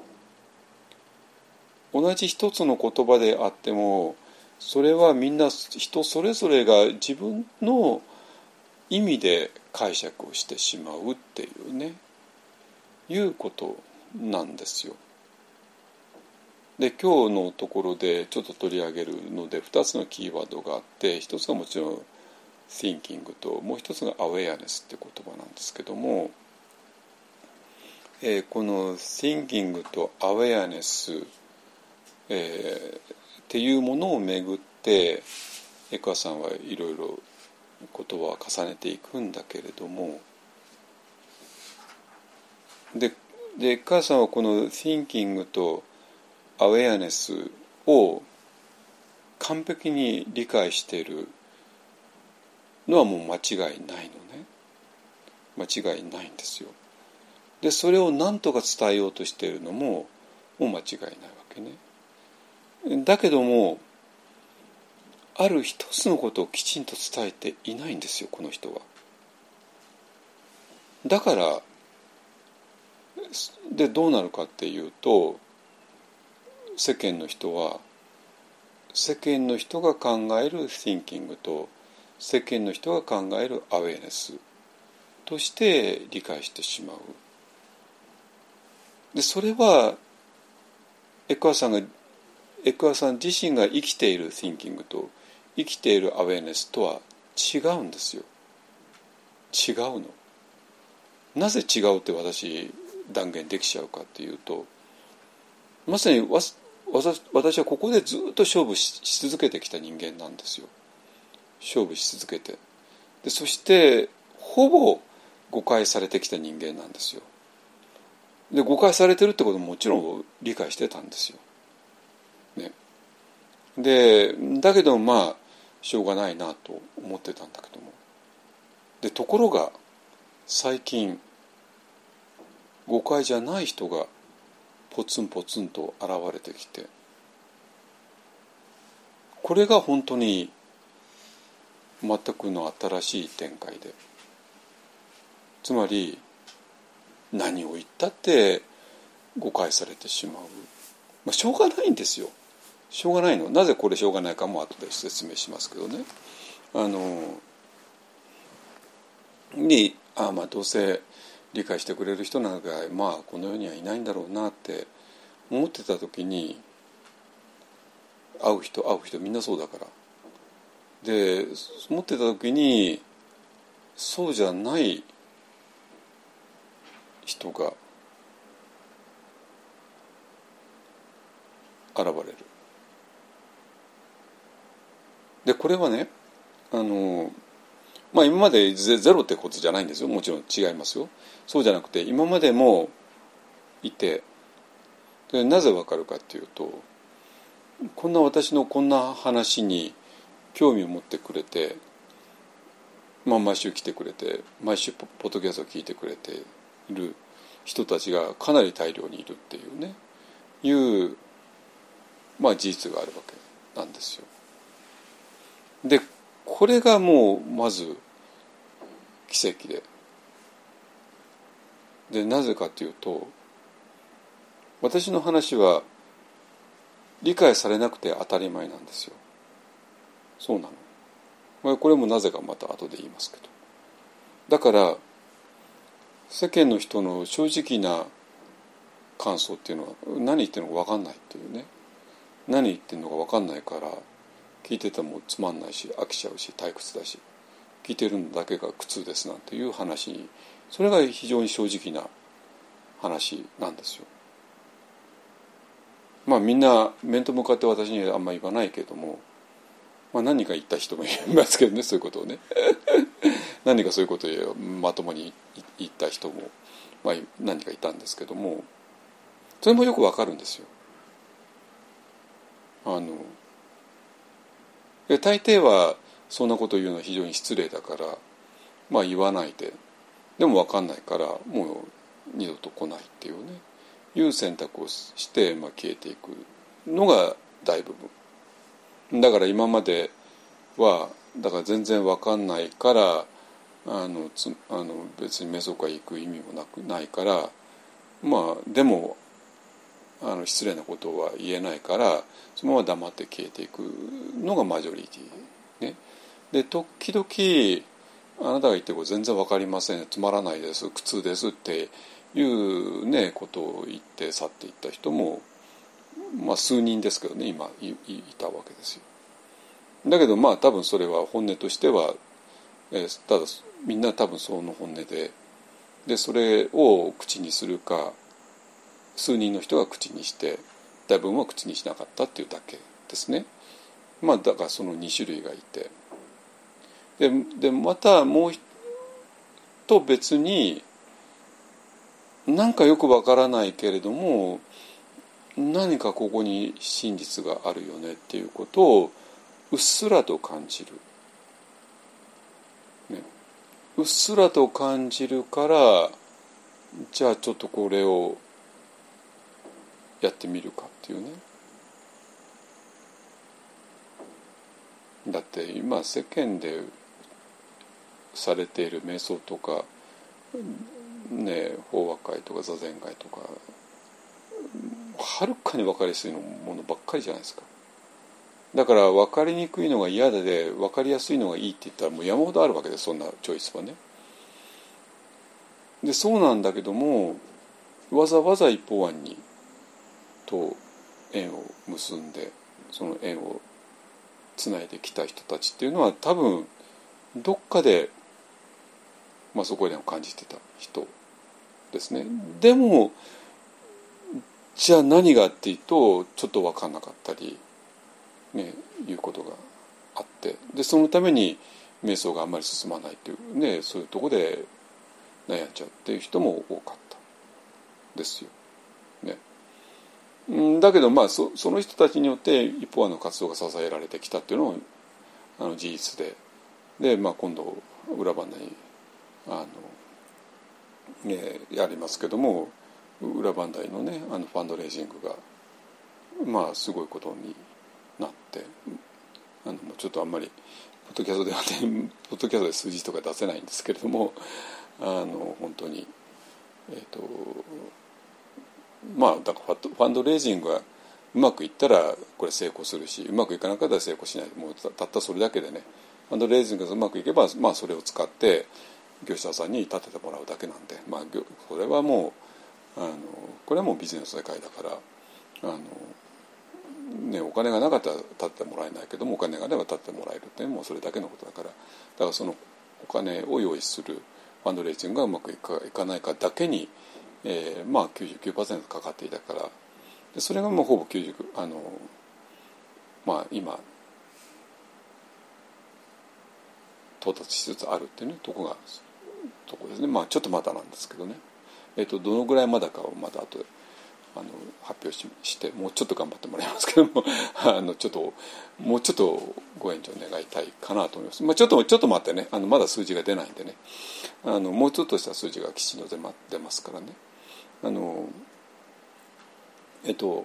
同じ一つの言葉であっても、それはみんな人それぞれが自分の意味で解釈をしてしまうっていうね、いうことなんですよ。で今日のところでちょっと取り上げるのでふたつのキーワードがあって、ひとつがもちろん thinking と、もう一つが awareness って言葉なんですけども、えー、この thinking と awareness、えー、っていうものをめぐってエカさんはいろいろ言葉を重ねていくんだけれども、ででエカさんはこの thinking とアウェアネスを完璧に理解しているのはもう間違いないのね。間違いないんですよ。でそれを何とか伝えようとしているのももう間違いないわけね。だけどもある一つのことをきちんと伝えていないんですよ、この人は。だからでどうなるかっていうと、世間の人は世間の人が考える thinking と世間の人が考える awareness として理解してしまう。でそれはエクアさんがエクアさん自身が生きている thinking と生きている awareness とは違うんですよ。違うの。なぜ違うって私断言できちゃうかっていうと、まさにわ私はここでずっと勝負 し, し続けてきた人間なんですよ。勝負し続けて、でそしてほぼ誤解されてきた人間なんですよ。で誤解されてるってことももちろん理解してたんですよ、ね、でだけどまあしょうがないなと思ってたんだけども、でところが最近誤解じゃない人がポツンポツンと現れてきて、これが本当に全くの新しい展開で、つまり何を言ったって誤解されてしまう、まあ、しょうがないんですよ。しょうがないの。なぜこれしょうがないかも後で説明しますけどね。あのにあまあどうせ理解してくれる人なんかまあこの世にはいないんだろうなって思ってた時に、会う人会う人みんなそうだから、で思ってた時にそうじゃない人が現れる。でこれはね、あのまあ今までゼロってことじゃないんですよ。もちろん違いますよ。そうじゃなくて今までもいて、でなぜわかるかっていうと、こんな私のこんな話に興味を持ってくれて、まあ、毎週来てくれて毎週ポッドキャストを聞いてくれている人たちがかなり大量にいるっていうね、いう、まあ、事実があるわけなんですよ。でこれがもうまず奇跡で、でなぜかというと、私の話は理解されなくて当たり前なんですよ。そうなの。これもなぜかまた後で言いますけど、だから世間の人の正直な感想っていうのは何言ってるのか分かんないっていうね、何言ってるのか分かんないから聞いててもつまんないし飽きちゃうし退屈だし、聞いてるのだけが苦痛ですなんていう話に、それが非常に正直な話なんですよ。まあみんな面と向かって私にはあんまり言わないけれども、まあ、何か言った人もいますけどね、そういうことをね何かそういうことをまともに言った人も、まあ、何かいたんですけども、それもよくわかるんですよ。あの大抵はそんなことを言うのは非常に失礼だから、まあ言わないで、でも分かんないからもう二度と来ないっていうね、いう選択をして、まあ、消えていくのが大部分だから、今まではだから全然分かんないから、あのつあの別にメソカ行く意味もなくないから、まあでもあの失礼なことは言えないから、そのまま黙って消えていくのがマジョリティね。で時々あなたが言ってること全然分かりません、つまらないです、苦痛ですっていうねことを言って去っていった人も、まあ数人ですけどね、今 い, いたわけですよ。だけどまあ多分それは本音としては、えー、ただみんな多分その本音で、でそれを口にするか、数人の人が口にして大部分は口にしなかったっていうだけですね。まあだからそのに種類がいて、で, でまたもうと別になんかよくわからないけれども、何かここに真実があるよねっていうことをうっすらと感じる、ね、うっすらと感じるから、じゃあちょっとこれをやってみるかっていうね。だって今世間でされている瞑想とかね、法話会とか座禅会とか、はるかに分かりやすいものばっかりじゃないですか。だから分かりにくいのが嫌で分かりやすいのがいいって言ったらもう山ほどあるわけです、そんなチョイスはね。でそうなんだけども、わざわざ一方案にと縁を結んで、その縁をつないできた人たちっていうのは多分どっかで、まあ、そこでも感じてた人ですね。でもじゃあ何がっていうとちょっと分かんなかったり、ね、いうことがあって、でそのために瞑想があんまり進まないっていう、ね、そういうところで悩んじゃうっていう人も多かったですよ、ね。だけどまあ そ, その人たちによって一方案の活動が支えられてきたっていうのもあの事実で、で、まあ、今度裏番台にあの、ね、やりますけども、裏番台のねあのファンドレイジングがまあすごいことになって、あのもうちょっとあんまりポッドキャストではねポッドキャストで数字とか出せないんですけれども、あの本当にえっ、ー、とまあだからファンドレイジングがうまくいったらこれ成功するし、うまくいかなかったら成功しない。もう た, たったそれだけでね、ファンドレイジングがうまくいけば、まあ、それを使って業者さんに立ててもらうだけなんで、まあ、これはもうあのこれはもうビジネスの世界だから、あの、ね、お金がなかったら立ててもらえないけども、お金があれば立ててもらえるって、もうそれだけのことだから、だからそのお金を用意するファンドレイジングがうまくい か, いかないかだけに、えー、まあ きゅうじゅうきゅうパーセント かかっていたから、でそれがもうほぼきゅうじゅうあのまあ今到達しつつあるっていう、ね、とこがとこですね。まあちょっとまだなんですけどね、えー、とどのぐらいまだかをまだ後であの発表 し, してもうちょっと頑張ってもらいますけどもあのちょっともうちょっとご援助願いたいかなと思います。まあ、ちょっとちょっと待ってね、あのまだ数字が出ないんでね、あのもうちょっとした数字がきちんと出ますからね。あのえっと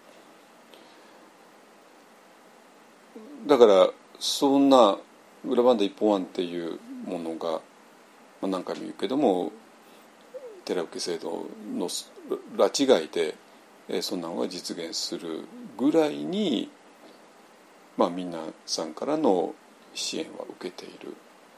だからそんな裏番台一本案っていうものが、まあ、何回も言うけども寺受制度の拉致外で、えー、そんなのが実現するぐらいに、まあ、皆さんからの支援は受けている。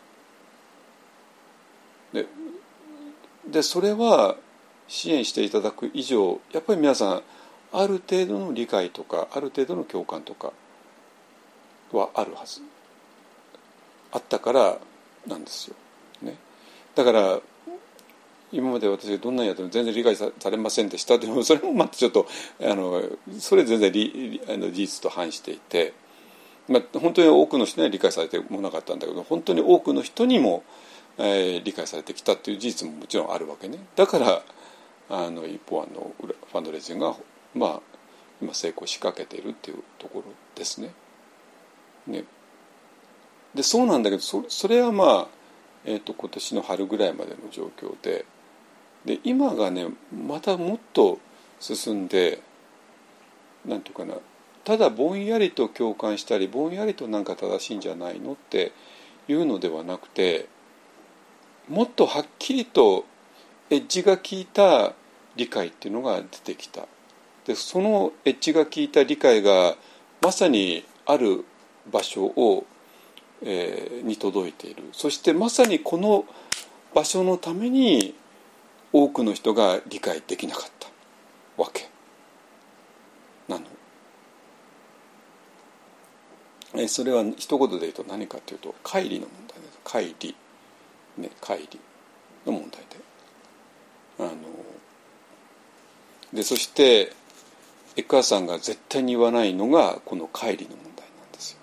で, でそれは支援していただく以上、やっぱり皆さんある程度の理解とかある程度の共感とかはあるはず、あったからなんですよ、ね。だから今まで私がどんなにやっても全然理解されませんでしたでもそれもまたちょっとあのそれ全然りあの事実と反していて、まあ、本当に多くの人には理解されてもなかったんだけど本当に多くの人にも、えー、理解されてきたという事実ももちろんあるわけね。だからあの一方あのファンドレイジングが、まあ、今成功しかけているっていうところですね。ねでそうなんだけど そ, それはまあ、えー、と今年の春ぐらいまでの状況で。で今がねまたもっと進んでなんていうかなただぼんやりと共感したりぼんやりとなんか正しいんじゃないのっていうのではなくてもっとはっきりとエッジが効いた理解っていうのが出てきた。でそのエッジが効いた理解がまさにある場所を、えー、に届いている。そしてまさにこの場所のために多くの人が理解できなかったわけなの。えそれは一言で言うと何かというと乖離の問題です。乖離ね乖離の問題であのでそしてエッカーさんが絶対に言わないのがこの乖離の問題なんですよ。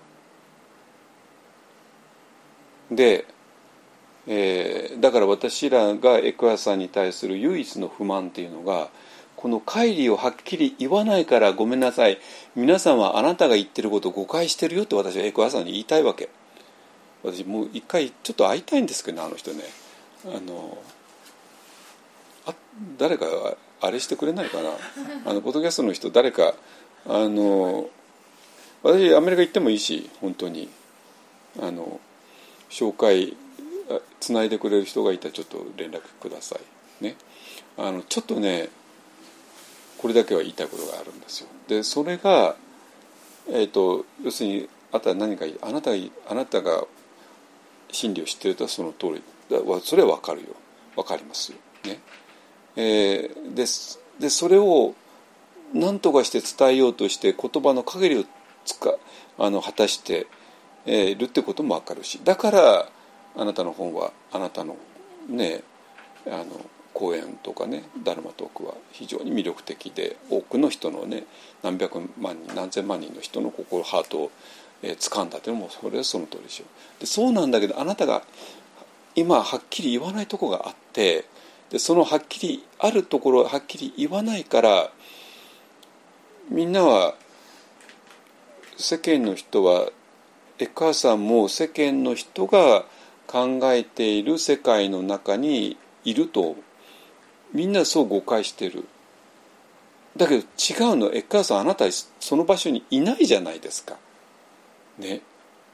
でえー、だから私らがエクアさんに対する唯一の不満っていうのがこの乖離をはっきり言わないからごめんなさい皆さんはあなたが言ってることを誤解してるよって私はエクアさんに言いたいわけ。私もう一回ちょっと会いたいんですけどねあの人ねあのあ誰かあれしてくれないかなあのポッドキャストの人誰かあの私アメリカ行ってもいいし本当にあの紹介つないでくれる人がいたらちょっと連絡くださいね。あのちょっとねこれだけは言いたいことがあるんですよ。でそれが、えーと、要するにあなた何かあなたがあなたが真理を知っているとその通りだそれは分かるよ分かりますよね。えー、で, でそれを何とかして伝えようとして言葉の限りをつかあの果たしているってことも分かるしだからあなたの本はあなたのねあの講演とかねダルマトークは非常に魅力的で多くの人のね何百万人何千万人の人の心ハートを、えー、掴んだというのもそれはその通りでしょう。でそうなんだけどあなたが今はっきり言わないところがあってでそのはっきりあるところをはっきり言わないからみんなは世間の人はエッカーさんも世間の人が考えている世界の中にいるとみんなそう誤解してる。だけど違うのエッカーさんあなたその場所にいないじゃないですかね。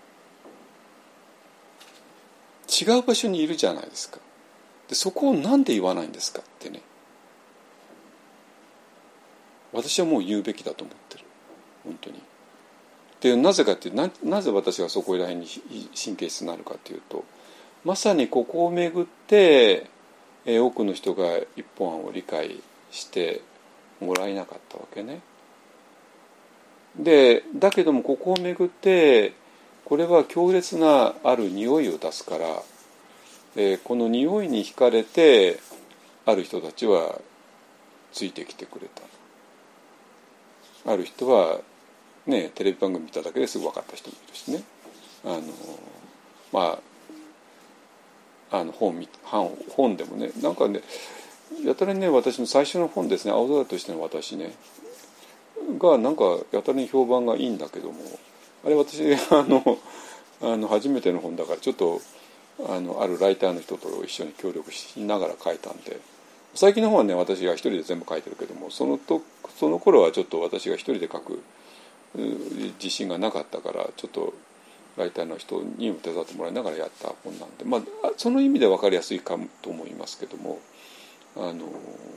違う場所にいるじゃないですか。でそこをなんで言わないんですかってね私はもう言うべきだと思ってる本当に。でなぜかっていう な, なぜ私がそこら辺に神経質になるかというとまさにここをめぐって、えー、多くの人が一本案を理解してもらえなかったわけね。でだけどもここをめぐってこれは強烈なある匂いを出すから、えー、この匂いに惹かれてある人たちはついてきてくれた。ある人はね、テレビ番組見ただけですぐ分かった人もいるしねあのまああの 本, 本でもねなんかねやたらにね私の最初の本ですね青空としての私ねがなんかやたらに評判がいいんだけどもあれ私あのあの初めての本だからちょっと あのあるライターの人と一緒に協力しながら書いたんで最近の本はね私が一人で全部書いてるけどもそのとその頃はちょっと私が一人で書く自信がなかったからちょっとライターの人にも手伝ってもらいながらやった本なんで、まあ、その意味で分かりやすいかと思いますけどもあの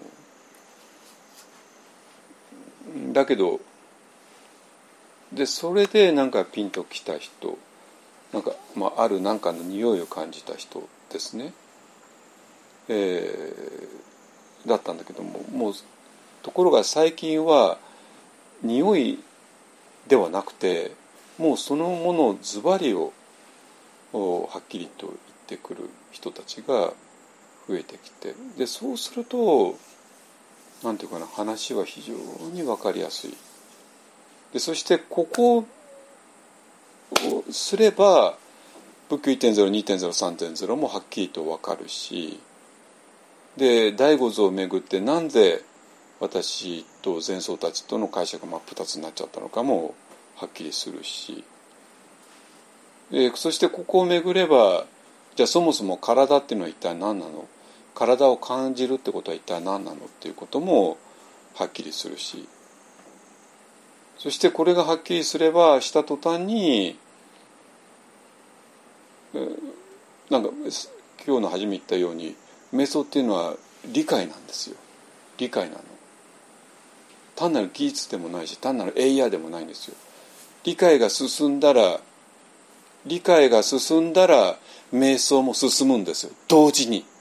だけどでそれでなんかピンときた人なんか、まあ、あるなんかの匂いを感じた人ですね、えー、だったんだけどももうところが最近は匂いではなくてもうそのものズバリをはっきりと言ってくる人たちが増増えてきて、でそうするとなんていうかな、話は非常に分かりやすい。でそしてここをすれば仏教 いってんゼロ、にてんゼロ、さんてんゼロ もはっきりと分かるし、で第五図をめぐってなんで私と前僧たちとの解釈が真っ二つになっちゃったのかもはっきりするし、でそしてここをめぐれば、じゃあそもそも体っていうのは一体何なの、体を感じるってことは一体何なのっていうこともはっきりするし、そしてこれがはっきりすればした途端になんか今日の初め言ったように瞑想っていうのは理解なんですよ。理解なの。単なる技術でもないし単なるエイヤーでもないんですよ。理解が進んだら理解が進んだら瞑想も進むんですよ、同時に。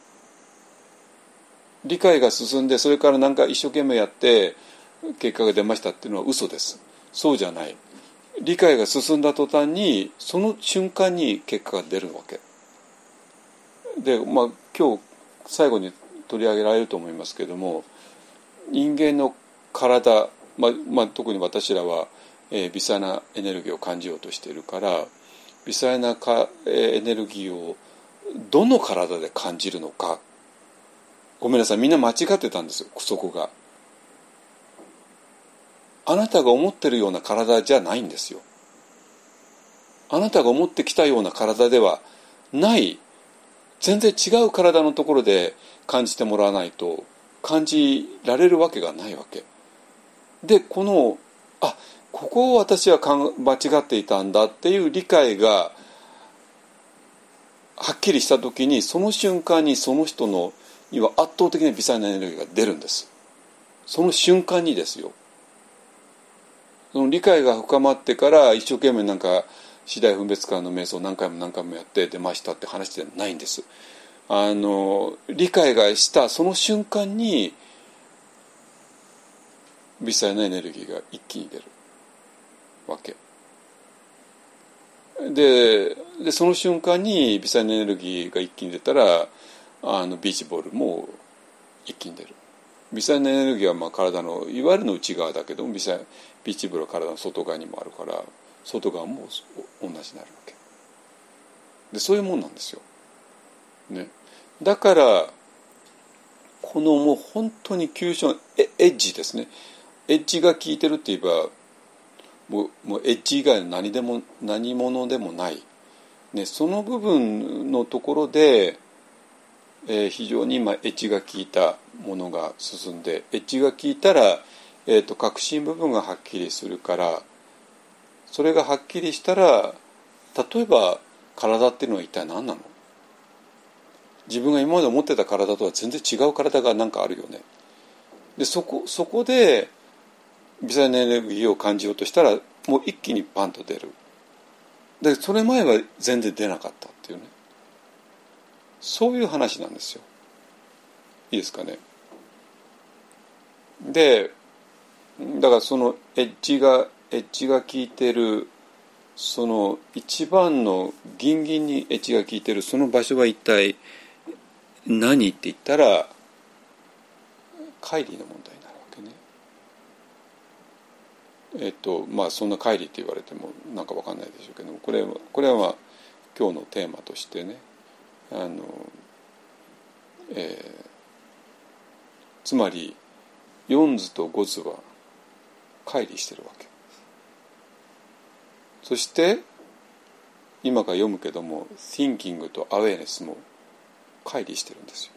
理解が進んでそれからなんか一生懸命やって結果が出ましたっていうのは嘘です。そうじゃない。理解が進んだ途端にその瞬間に結果が出るわけで、まあ今日最後に取り上げられると思いますけれども、人間の体、まあまあ、特に私らは、えー、微細なエネルギーを感じようとしているから、微細なか、えー、エネルギーをどの体で感じるのか。ごめんなさい、みんな間違ってたんですよ、そこが。あなたが思ってるような体じゃないんですよ。あなたが思ってきたような体ではない、全然違う体のところで感じてもらわないと感じられるわけがないわけで、このあここを私は間違っていたんだっていう理解がはっきりしたときに、その瞬間にその人のには圧倒的な微細なエネルギーが出るんです。その瞬間にですよ。その理解が深まってから一生懸命なんか次第分別感の瞑想を何回も何回もやって出ましたって話じゃないんです。あの理解がしたその瞬間に微細なエネルギーが一気に出るわけで、でその瞬間に微細なエネルギーが一気に出たらあのビーチボールも一気に出る。微細なエネルギーはまあ体のいわゆるの内側だけども、微細ビーチボールは体の外側にもあるから外側も同じになるわけで、そういうもんなんですよ、ね、だからこのもう本当に急所エッジですね。エッジが効いてるって言えばもう、もうエッジ以外の何でも何者でもない、ね、その部分のところで、えー、非常に今エッジが効いたものが進んで、エッジが効いたら、えーと、核心部分がはっきりするから、それがはっきりしたら、例えば体っていうのは一体何なの？自分が今まで思ってた体とは全然違う体がなんかあるよね。でそこ、そこで微細なエネルギーを感じようとしたらもう一気にパンと出る。でそれ前は全然出なかったっていうね、そういう話なんですよ。いいですかね。でだからそのエッジがエッジが効いてるその一番のギンギンにエッジが効いてるその場所は一体何って言ったら乖離の問題になるわけね。えっとまあそんな乖離って言われてもなんか分かんないでしょうけど、これはこれはまあ今日のテーマとしてね、あの、えー、つまりよん図とご図は乖離してるわけ。そして今から読むけども Thinking と Awareness も乖離してるんですよ。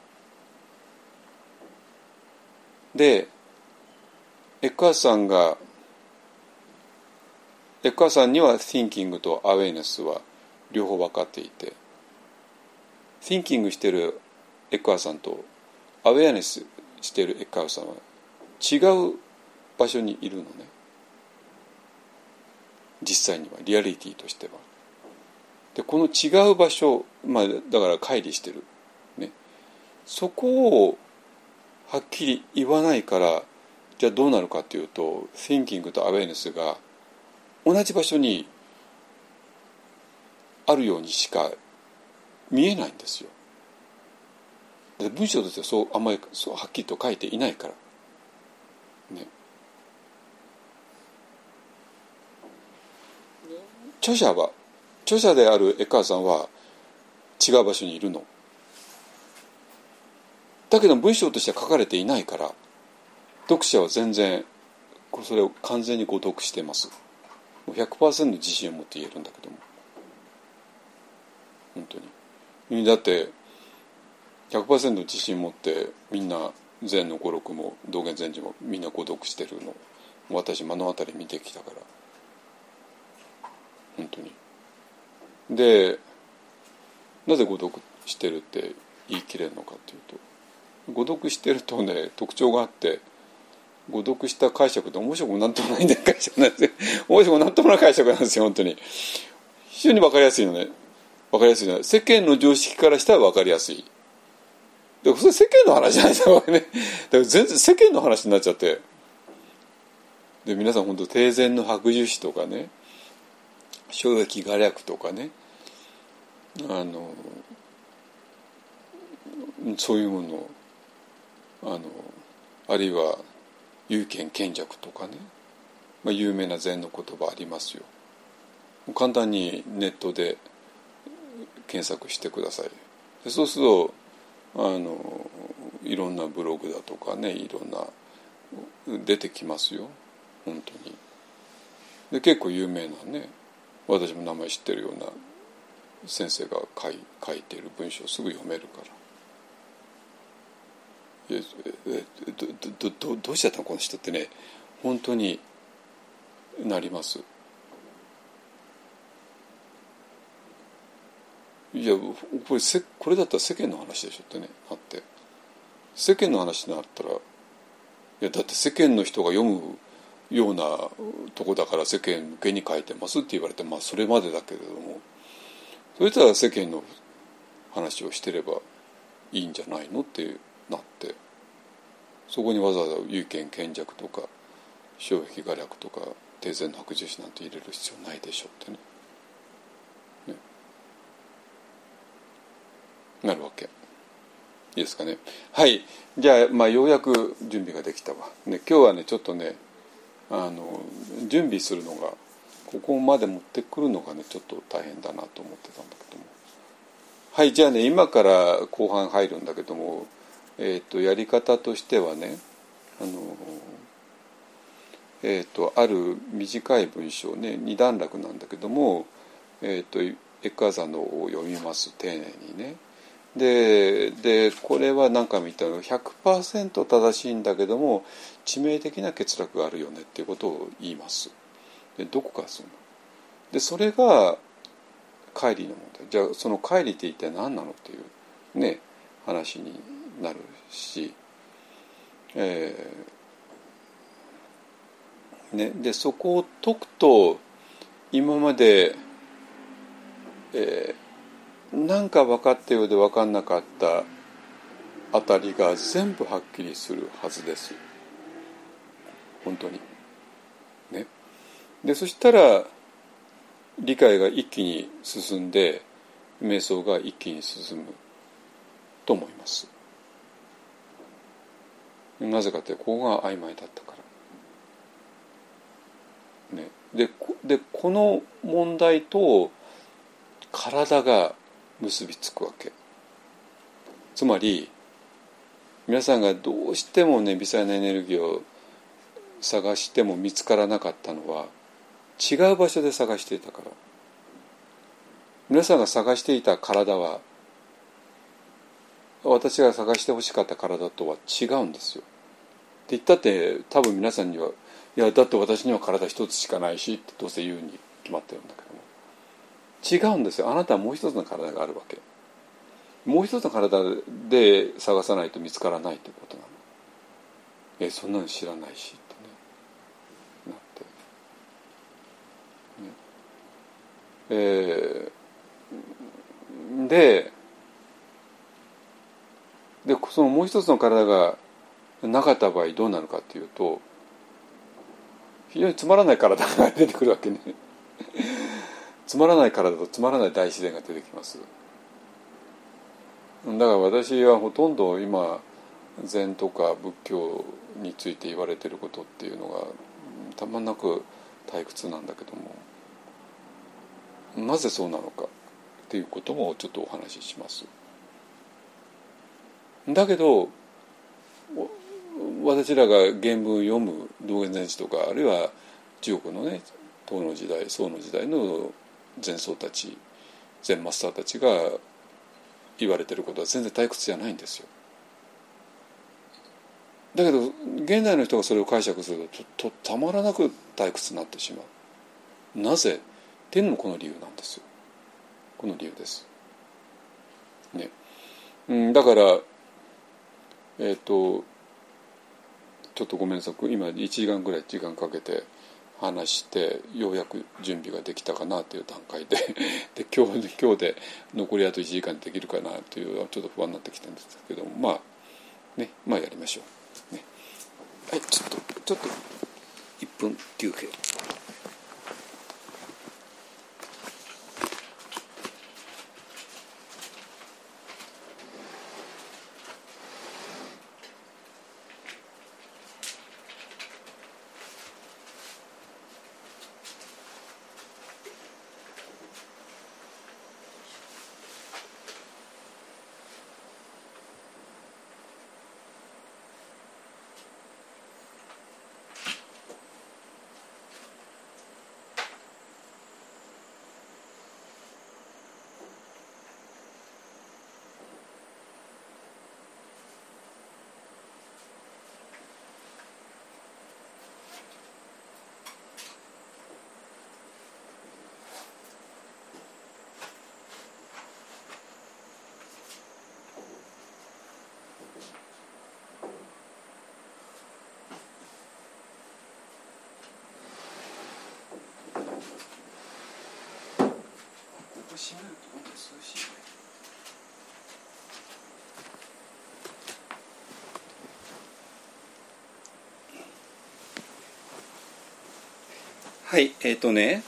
でエッカーさんがエッカーさんには Thinking と Awareness は両方分かっていて、 Thinking してるエッカーさんと Awareness してるエッカーさんは違う場所にいるのね、実際にはリアリティとしては。でこの違う場所、まあ、だから乖離してる、ね、そこをはっきり言わないから、じゃあどうなるかというと Thinking と Awareness が同じ場所にあるようにしか見えないんですよ。 文章としてはそうあんまりそうはっきりと書いていないからね。著者は著者であるエッカーさんは違う場所にいるのだけど文章としては書かれていないから読者は全然それを完全に誤読してます。もう ひゃくパーセント 自信を持って言えるんだけども本当にだって ひゃくパーセント 自信を持ってみんな禅の語録も道元禅師もみんな誤読してるの私目の当たり見てきたから本当に。でなぜ誤読してるって言い切れるのかというと誤読してるとね特徴があって誤読した解釈って面白くもなんともないんだ解釈なんですよ。面白くもなんともない解釈なんですよ本当に。非常に分かりやすいのね。分かりやすいのは世間の常識からしたら分かりやすい。でもそれ世間の話じゃないですかね。だから全然世間の話になっちゃってで皆さん本当定禅の白寿詞とかね衝撃画略とかねあのそういうものをあのあるいは有権賢弱とかね、まあ、有名な禅の言葉ありますよ。簡単にネットで検索してください。でそうするとあのいろんなブログだとかねいろんな出てきますよ本当に。で結構有名なね私も名前知ってるような先生が書い、書いている文章をすぐ読めるから。ええど, ど, ど, どうしちゃったのこの人ってね本当になります。いやこれせこれだったら世間の話でしょってねあって世間の話になったらいやだって世間の人が読むようなとこだから世間向けに書いてますって言われてまあそれまでだけれどもそれとは世間の話をしてればいいんじゃないのってなってそこにわざわざ有権賢弱とか衝撃画略とか定禅の白寿詞なんて入れる必要ないでしょってねねなるわけ。いいですかね。はいじゃあ、まあ、ようやく準備ができたわ、ね、今日はねちょっとねあの準備するのがここまで持ってくるのがねちょっと大変だなと思ってたんだけどもはいじゃあね今から後半入るんだけどもえー、とやり方としてはねあの、えー、とある短い文章ね二段落なんだけども、えー、とエッカーさんのを読みます丁寧にね。で, でこれは何回も言ったの ひゃくパーセント 正しいんだけども致命的な欠落があるよねっていうことを言います。でどこからするのでそれが乖離の問題。じゃあその乖離って一体何なのっていうね話になるし、えーね、でそこを解くと今まで、えー、なんか分かったようで分かんなかったあたりが全部はっきりするはずです本当にね。でそしたら理解が一気に進んで瞑想が一気に進むと思います。なぜかというとここが曖昧だったから、ね、で, でこの問題と体が結びつくわけ。つまり皆さんがどうしてもね微細なエネルギーを探しても見つからなかったのは違う場所で探していたから。皆さんが探していた体は私が探してほしかった体とは違うんですよ。って言ったって多分皆さんにはいやだって私には体一つしかないしってどうせ言うに決まってるんだけども違うんですよ。あなたはもう一つの体があるわけ。もう一つの体で探さないと見つからないということなの。えそんなの知らないしってねなって、ねえー、ででそのもう一つの体がなかった場合どうなるかというと非常につまらない体が出てくるわけねつまらない体とつまらない大自然が出てきます。 だから私はほとんど今禅とか仏教について言われていることっていうのがたまんなく退屈なんだけども、なぜそうなのかっていうこともちょっとお話しします。だけど私らが原文を読む道元禅師とか、あるいは中国のね唐の時代宋の時代の禅僧たち禅マスターたちが言われていることは全然退屈じゃないんですよ。だけど現代の人がそれを解釈すると、とたまらなく退屈になってしまう。なぜっていうのもこの理由なんですよ。この理由です、ね。うん、だからえっとちょっとごめんなさい、今いちじかんぐらい時間かけて話してようやく準備ができたかなという段階でで今日今日で残りあといちじかんできるかなというちょっと不安になってきたんですけども、まあね、まあやりましょう、ね。はい、ちょっとちょっといっぷん休憩。閉めると本当に涼しいね。はい、えっとね、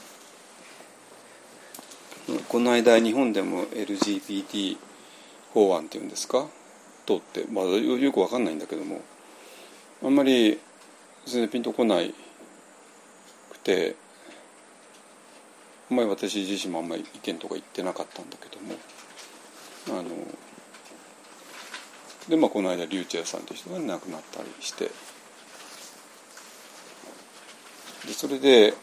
この間日本でも エルジービーティー 法案っていうんですか通って、まだよくわかんないんだけども、あんまり全然ピンとこないくて、あんまり私自身もあんまり意見とか言ってなかったんだけども、あのでまあこの間リュウチェアさんという人が亡くなったりして、でそれで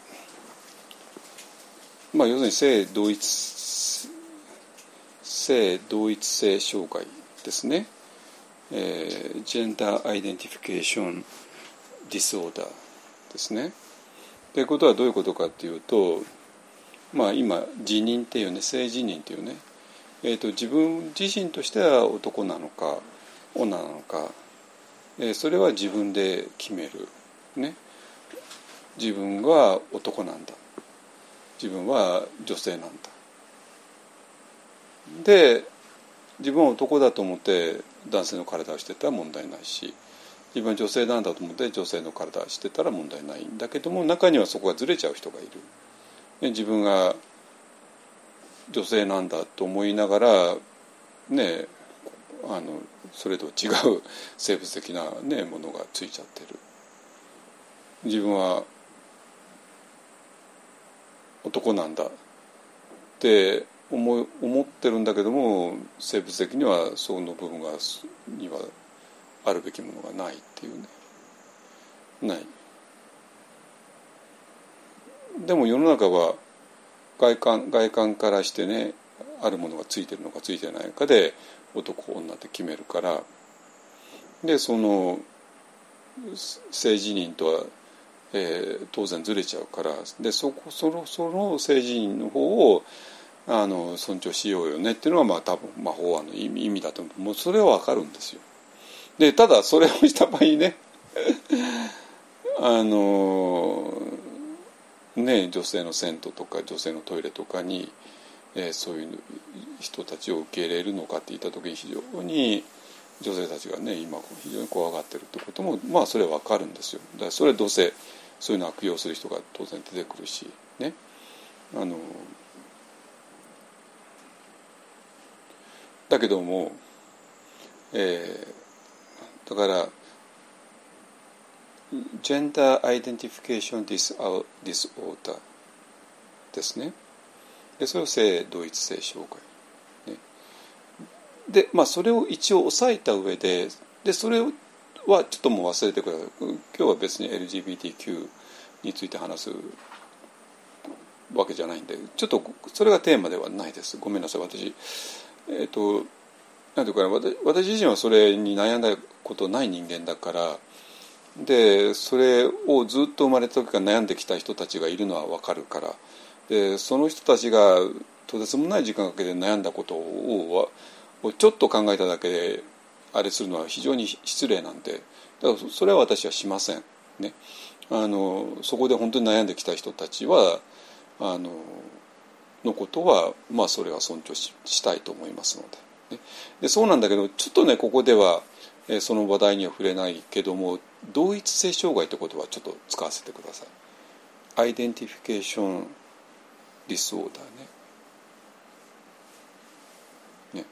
まあ要するに性同一性同一性障害ですね、えー、ジェンダーアイデンティフィケーションディスオーダーですね。ということはどういうことかっていうと、まあ今自認っていうね、性自認っていうね、えーと、自分自身としては男なのか女なのか、えー、それは自分で決めるね。自分は男なんだ、自分は女性なんだ。で自分は男だと思って男性の体をしてたら問題ないし、自分は女性なんだと思って女性の体をしてたら問題ないんだけども、中にはそこがずれちゃう人がいる。で自分が女性なんだと思いながらね、あのそれと違う生物的な、ね、ものがついちゃってる。自分は男なんだって思思ってるんだけども、生物的にはその部分がにはあるべきものがないっていうね、ない。でも世の中は外観外観からしてね、あるものがついてるのかついてないのかで男女って決めるから、でその性自認とは、えー、当然ずれちゃうから、でそこそのその性自認の方をあの尊重しようよねっていうのはまあ多分、まあ、法案の意味、意味だと思う。もうそれは分かるんですよ。でただそれをした場合ねあのね女性の銭湯とか女性のトイレとかに、えー、そういう人たちを受け入れるのかって言った時に非常に女性たちがね今非常に怖がってるってこともまあそれは分かるんですよ。だからそれはどうせそういうのを悪用する人が当然出てくるしね、あのだけどもえー、だからジェンダーアイデンティフィケーションディスオーダーですね。でそれを性同一性障害、ね、でまあそれを一応押さえた上で、でそれはちょっともう忘れてください。今日は別に エルジービーティーキュー について話すわけじゃないんで、ちょっとそれがテーマではないです。ごめんなさい。私えっ、ー、となんていうかな、私、私自身はそれに悩んだことない人間だから、でそれをずっと生まれた時から悩んできた人たちがいるのは分かるから、でその人たちがとてつもない時間かけて悩んだことをちょっと考えただけであれするのは非常に失礼なんで、だからそれは私はしません、ね、あのそこで本当に悩んできた人たちはあののことは、まあ、それは尊重 し, したいと思いますので、ね、でそうなんだけど、ちょっとねここでは、えー、その話題には触れないけども、同一性障害って言葉はちょっと使わせてください。アイデンティフィケーションディスオーダーね。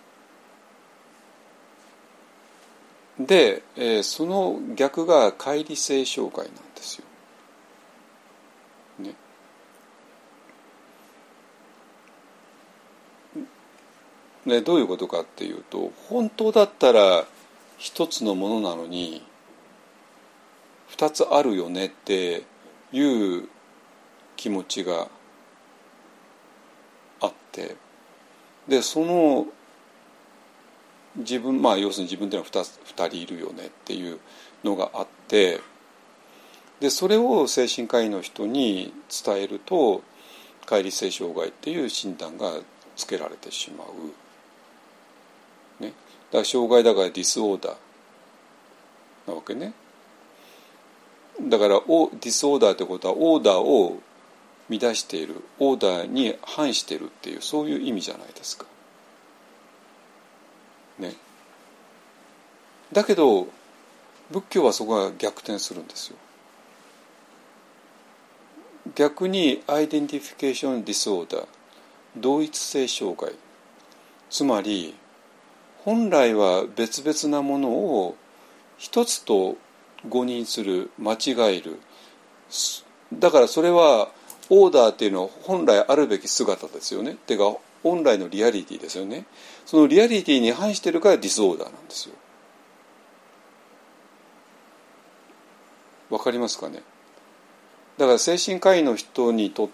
ねで、えー、その逆が乖離性障害なんですよ。ね。ね、どういうことかっていうと、本当だったら一つのものなのに二つあるよねっていう気持ちがあって、でその自分、まあ要するに自分っていうのは 2, 2人いるよねっていうのがあって、でそれを精神科医の人に伝えると乖離性障害っていう診断がつけられてしまう、ね、だから障害だからディスオーダーなわけね。だからおディスオーダーってことはオーダーを乱している、オーダーに反しているっていう、そういう意味じゃないですか、ね、だけど仏教はそこが逆転するんですよ。逆にアイデンティフィケーションディスオーダー、同一性障害、つまり本来は別々なものを一つと誤認する、間違える。だからそれはオーダーっていうのは本来あるべき姿ですよね。てか本来のリアリティですよね。そのリアリティに反してるからディスオーダーなんですよ。わかりますかね。だから精神科医の人にとって、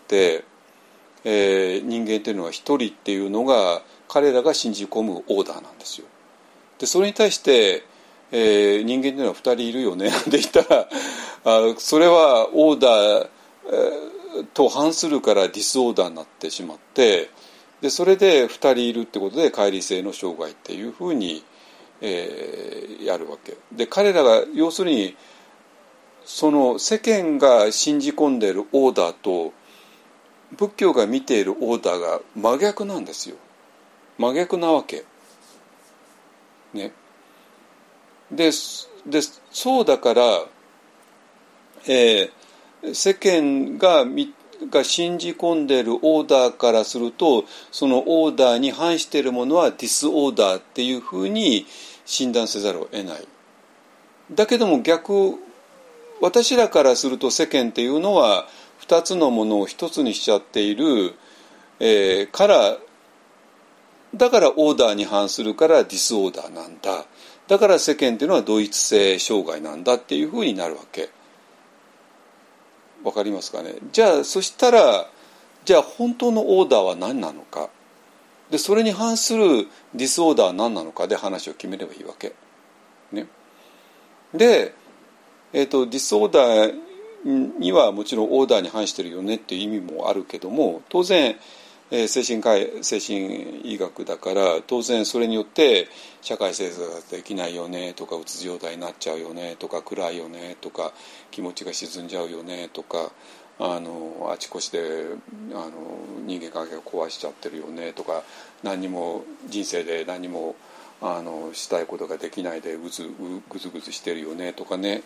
えー、人間っていうのは一人っていうのが彼らが信じ込むオーダーなんですよ。でそれに対してえー、人間というのはふたりいるよねって言ったら、あそれはオーダー、えー、と反するからディスオーダーになってしまって、でそれでふたりいるってことで乖離性の障害っていうふうに、えー、やるわけで、彼らが要するにその世間が信じ込んでいるオーダーと仏教が見ているオーダーが真逆なんですよ。真逆なわけね。で, でそうだから、えー、世間 が, が信じ込んでいるオーダーからすると、そのオーダーに反しているものはディスオーダーっていうふうに診断せざるを得ない。だけども逆、私らからすると世間っていうのはふたつのものをひとつにしちゃっている、えー、からだからオーダーに反するからディスオーダーなんだ、だから世間っていうのは同一性障害なんだっていうふうになるわけ。わかりますかね。じゃあそしたらじゃあ本当のオーダーは何なのか、でそれに反するディスオーダーは何なのかで話を決めればいいわけ、ね、で、えーと、ディスオーダーにはもちろんオーダーに反してるよねっていう意味もあるけども、当然えー、精神科医、精神医学だから当然それによって社会生活ができないよねとか、うつ状態になっちゃうよねとか、暗いよねとか、気持ちが沈んじゃうよねとか、あのあちこちであの人間関係を壊しちゃってるよねとか、何にも人生で何もあのしたいことができないでうずぐずぐずしてるよねとかね。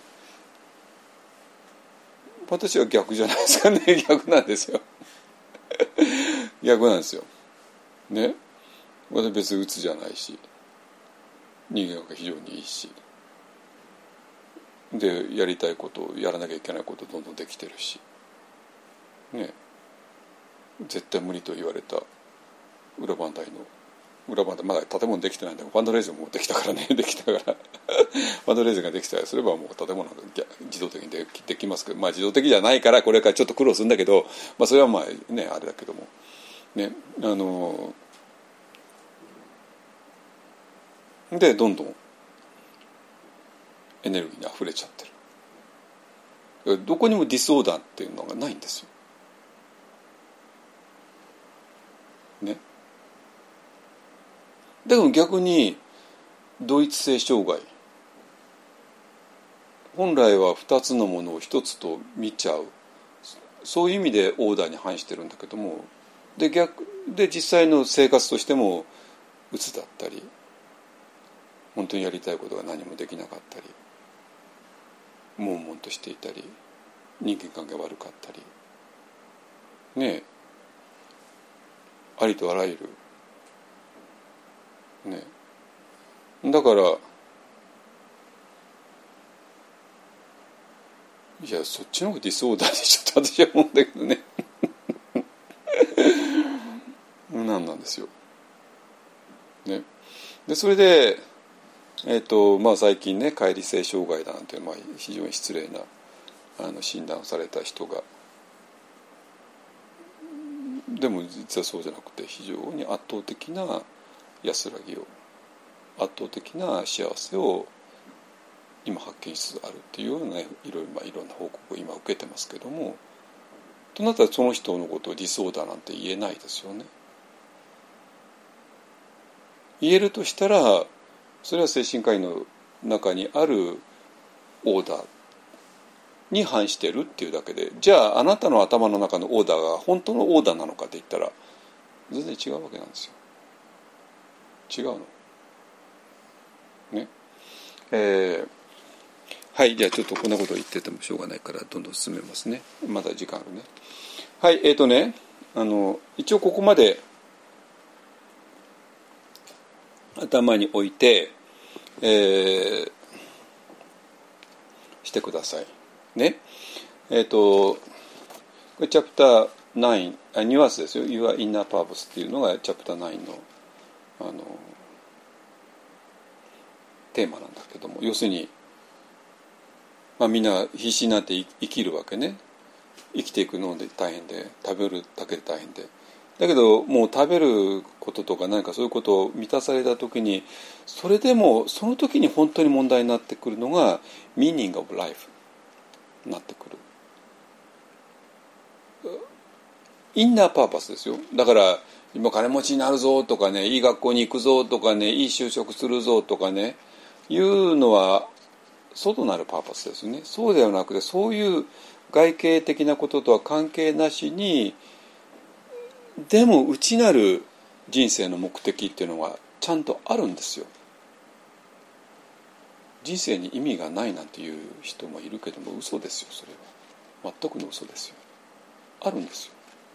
私は逆じゃないですかね。逆なんですよ。逆なんですよ。ね。私別に鬱じゃないし。 人間が非常にいいし、でやりたいことをやらなきゃいけないことどんどんできてるしね、絶対無理と言われた裏磐梯の裏磐梯まだ建物できてないんだけど、ファンドレイズもできたからねできたからファンドレイズができたらすればもう建物が自動的にで き, できますけど、まあ自動的じゃないからこれからちょっと苦労するんだけど、まあそれはまあねあれだけどもね、あのでどんどんエネルギーに溢れちゃってる。どこにもディスオーダーっていうのがないんですよ。ね。でも逆に同一性障害、本来はふたつのものをひとつと見ちゃう、そういう意味でオーダーに反してるんだけども、で逆で実際の生活としても鬱だったり、本当にやりたいことが何もできなかったり、悶々としていたり、人間関係悪かったりねえ、ありとあらゆるね、だからいやそっちの方がディスオーダーでちょっと私は思うんだけどねなんなんですよね。でそれでえーとまあ、最近ね解離性障害だなんて、まあ、非常に失礼なあの診断をされた人が、でも実はそうじゃなくて非常に圧倒的な安らぎを、圧倒的な幸せを今発見しつつあるっていうような、ね、いろいろ、まあ、いろんな報告を今受けてますけども、となったらその人のことをディスオーダーなんて言えないですよね。言えるとしたらそれは精神科医の中にあるオーダーに反してるっていうだけで、じゃああなたの頭の中のオーダーが本当のオーダーなのかって言ったら全然違うわけなんですよ。違うのね。えー、はいじゃあちょっとこんなこと言っててもしょうがないからどんどん進めますね。まだ時間あるね。はいえっ、ー、とねあの一応ここまで頭に置いて、えー、してくださいね。えっ、ー、とこれチャプターナイン、あニュアンスですよ。 Your Inner Purpose っていうのがチャプターナインのあのテーマなんだけども、要するに、まあ、みんな必死になって生きるわけね。生きていくので大変で、食べるだけで大変で、だけどもう食べることとか何かそういうことを満たされた時に、それでもその時に本当に問題になってくるのが Meaning of Life になってくる。インナーパーパスですよ。だから今金持ちになるぞとかね、いい学校に行くぞとかね、いい就職するぞとかねいうのは外なるパーパスですね。そうではなくて、そういう外形的なこととは関係なしに、でも内なる人生の目的っていうのがちゃんとあるんですよ。人生に意味がないなんていう人もいるけども嘘ですよ。それは全くの嘘ですよ。あるんですよ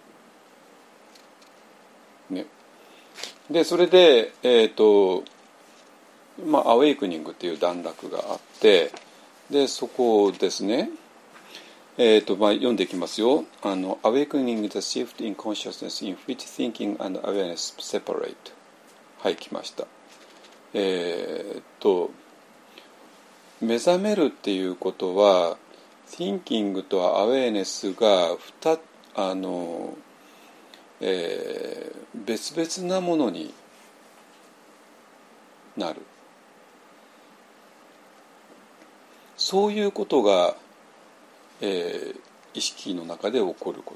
ね。でそれでえっ、ー、とまあアウェイクニングっていう段落があって、でそこですね、えーとまあ、読んでいきますよ。あの Awakening the shift in consciousness in which thinking and awareness separate。 はい来ました。えーと目覚めるっていうことは Thinking と Awareness が二あの、えー、別々なものになる、そういうことがえー、意識の中で起こること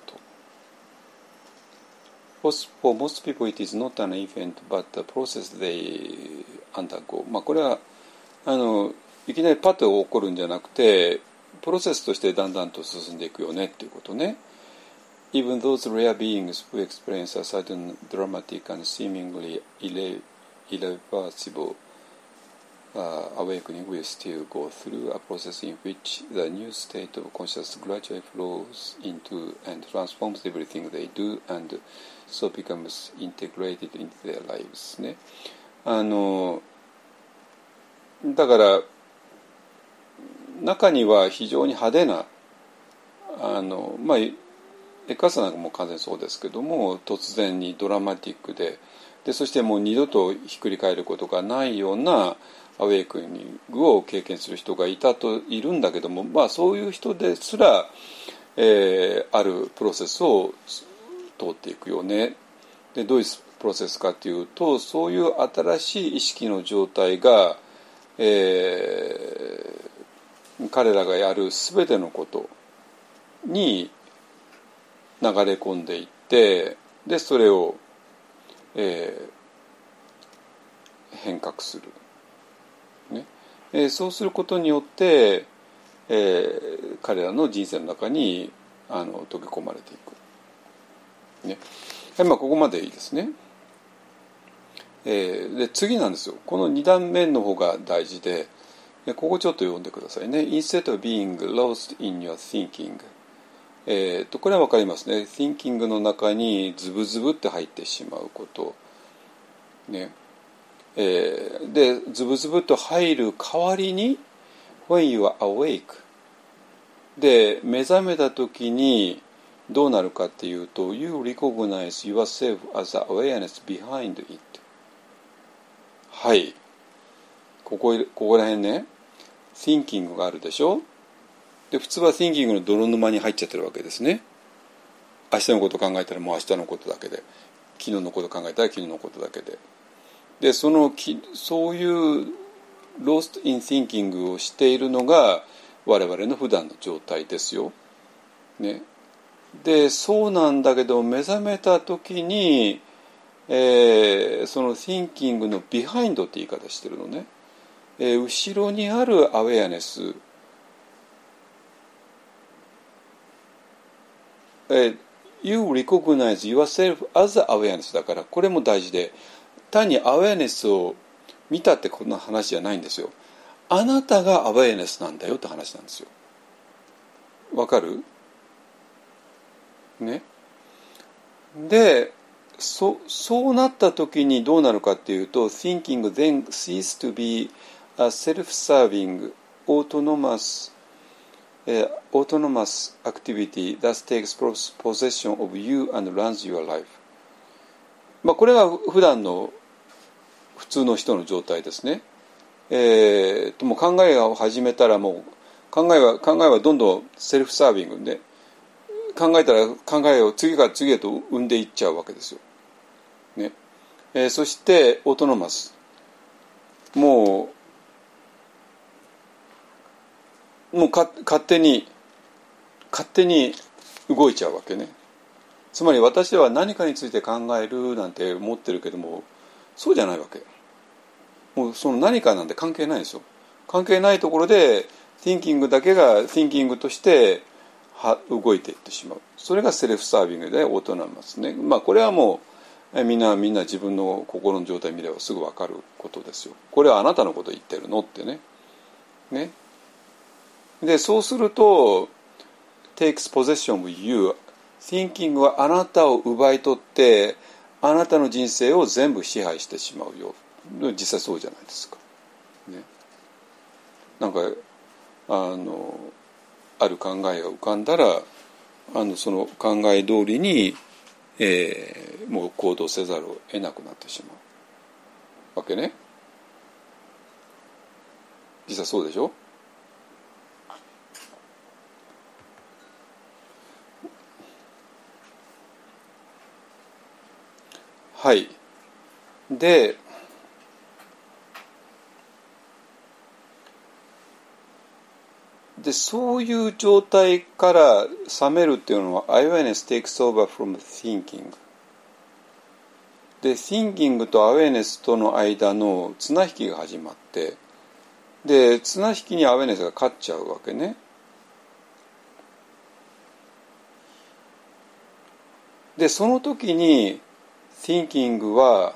。For most people it is not an event but the process they undergo。まあこれはあのいきなりパッと起こるんじゃなくて、プロセスとしてだんだんと進んでいくよねっていうことね。Even those rare beings who experience a sudden dramatic and seemingly irreversible Uh, awakening will still go through a process in which the new state of consciousness gradually flows into and transforms everything they do and so becomes integrated into their lives ね。あのだから中には非常に派手なあのまあエカサなんかも完全にそうですけども、突然にドラマティックで、でそしてもう二度とひっくり返ることがないようなアウェイクニングを経験する人がいたといるんだけども、まあそういう人ですら、えー、あるプロセスを通っていくよね。でどういうプロセスかというと、そういう新しい意識の状態が、えー、彼らがやる全てのことに流れ込んでいって、でそれを、えー、変革する、ねえー、そうすることによって、えー、彼らの人生の中にあの溶け込まれていく、ねはいまあ、ここまでいいですね。えー、で次なんですよ。このに段目の方が大事で、ここちょっと読んでくださいね。Instead of being lost in your thinking、えー、とこれは分かりますね。Thinking の中にズブズブって入ってしまうこと、ねえー、でズブズブと入る代わりに When you are awake で目覚めた時にどうなるかっていうと You recognize yourself as the awareness behind it。 はいここ、ここら辺ね Thinking があるでしょ。で普通は Thinking の泥沼に入っちゃってるわけですね。明日のこと考えたらもう明日のことだけで、昨日のこと考えたら昨日のことだけで、でそのそういう Lost in Thinking をしているのが我々の普段の状態ですよ、ね、でそうなんだけど目覚めた時に、えー、その Thinking の Behind って言い方してるのね、えー、後ろにあるアウェアネス、えー、You recognize yourself as awareness だから、これも大事で、単にアウェアネスを見たってこんな話じゃないんですよ。あなたがアウェアネスなんだよって話なんですよ。わかる？ね。で、そ、そうなった時にどうなるかっていうと、Thinking then cease to be a self-serving, autonomous autonomous activity that takes possession of you and runs your life。まあこれが普段の普通の人の状態ですね。えー、ともう考えを始めたらもう考えは考えはどんどんセルフサービングで考えたら考えを次から次へと生んでいっちゃうわけですよ。ね。えー、そしてオートノマス、もうもうか勝手に勝手に動いちゃうわけね。つまり私は何かについて考えるなんて思ってるけども、そうじゃないわけ。もうその何かなんて関係ないんですよ。関係ないところで Thinking だけが Thinking としては動いていってしまう。それがセルフサービングでオートナマスね。まあこれはもうみんなみんな自分の心の状態を見ればすぐ分かることですよ。これはあなたのこと言ってるのってね。ね。でそうすると takes possession of you。Thinking はあなたを奪い取ってあなたの人生を全部支配してしまうよ。実際そうじゃないですか、ね、なんかあのある考えが浮かんだらあのその考え通りに、えー、もう行動せざるを得なくなってしまうわけね。実際そうでしょ。はい。ででそういう状態から覚めるっていうのは awareness takes over from thinking で thinking と awareness との間の綱引きが始まって、で綱引きに awareness が勝っちゃうわけね。でその時に thinking は、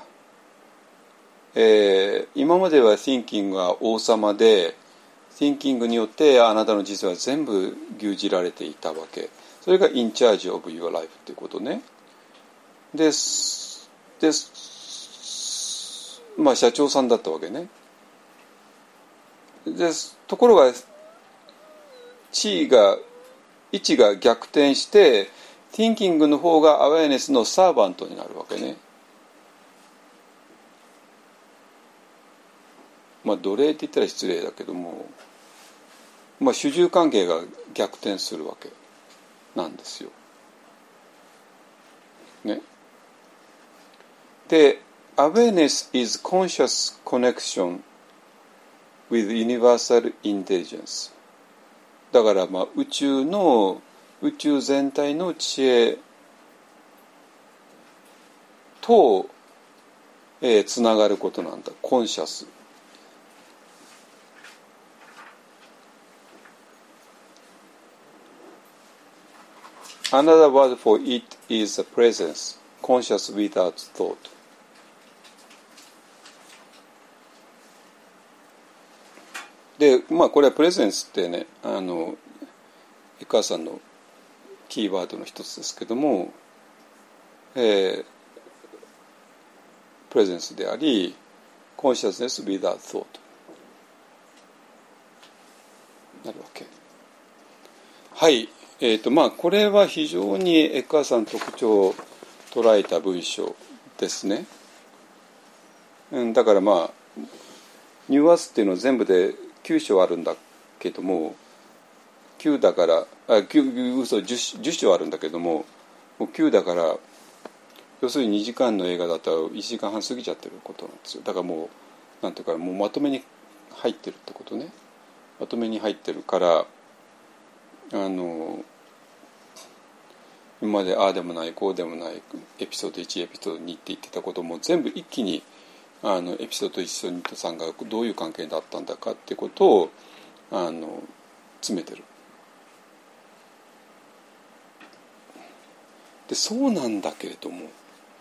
えー、今までは thinking が王様でThinking によってあなたの人生は全部牛耳られていたわけ。それが in charge of your life っていうことね。で、でまあ社長さんだったわけね。 でところが地位が位置が逆転して Thinking の方がアウェアネスのサーバントになるわけね。まあ奴隷って言ったら失礼だけども、まあ、主従関係が逆転するわけなんですよ。ね。で、awareness is conscious connection with universal intelligence。だからまあ宇宙の宇宙全体の知恵と、えー、つながることなんだ。コンシャス。Another word for it is a presence, conscious without thought. で、まあこれはプレゼンスってね、あのエカーさんのキーワードの一つですけども、えー、プレゼンスであり、consciousness without thought なるわけ。はい。えーとまあ、これは非常にエカーさんの特徴を捉えた文章ですね。うん、だからまあニューアースっていうのは全部できゅう章あるんだけども、きゅうだからあきゅう嘘 10, 10章あるんだけども、もうきゅうだから要するににじかんの映画だったらいちじかんはん過ぎちゃってることなんですよ。だからもうなんていうかもうまとめに入ってるってことね。まとめに入ってるからあの今までああでもないこうでもないエピソードいちエピソードにって言ってたことも全部一気にあのエピソードいちとにとさんがどういう関係だったんだかってことをあの詰めてる。でそうなんだけれども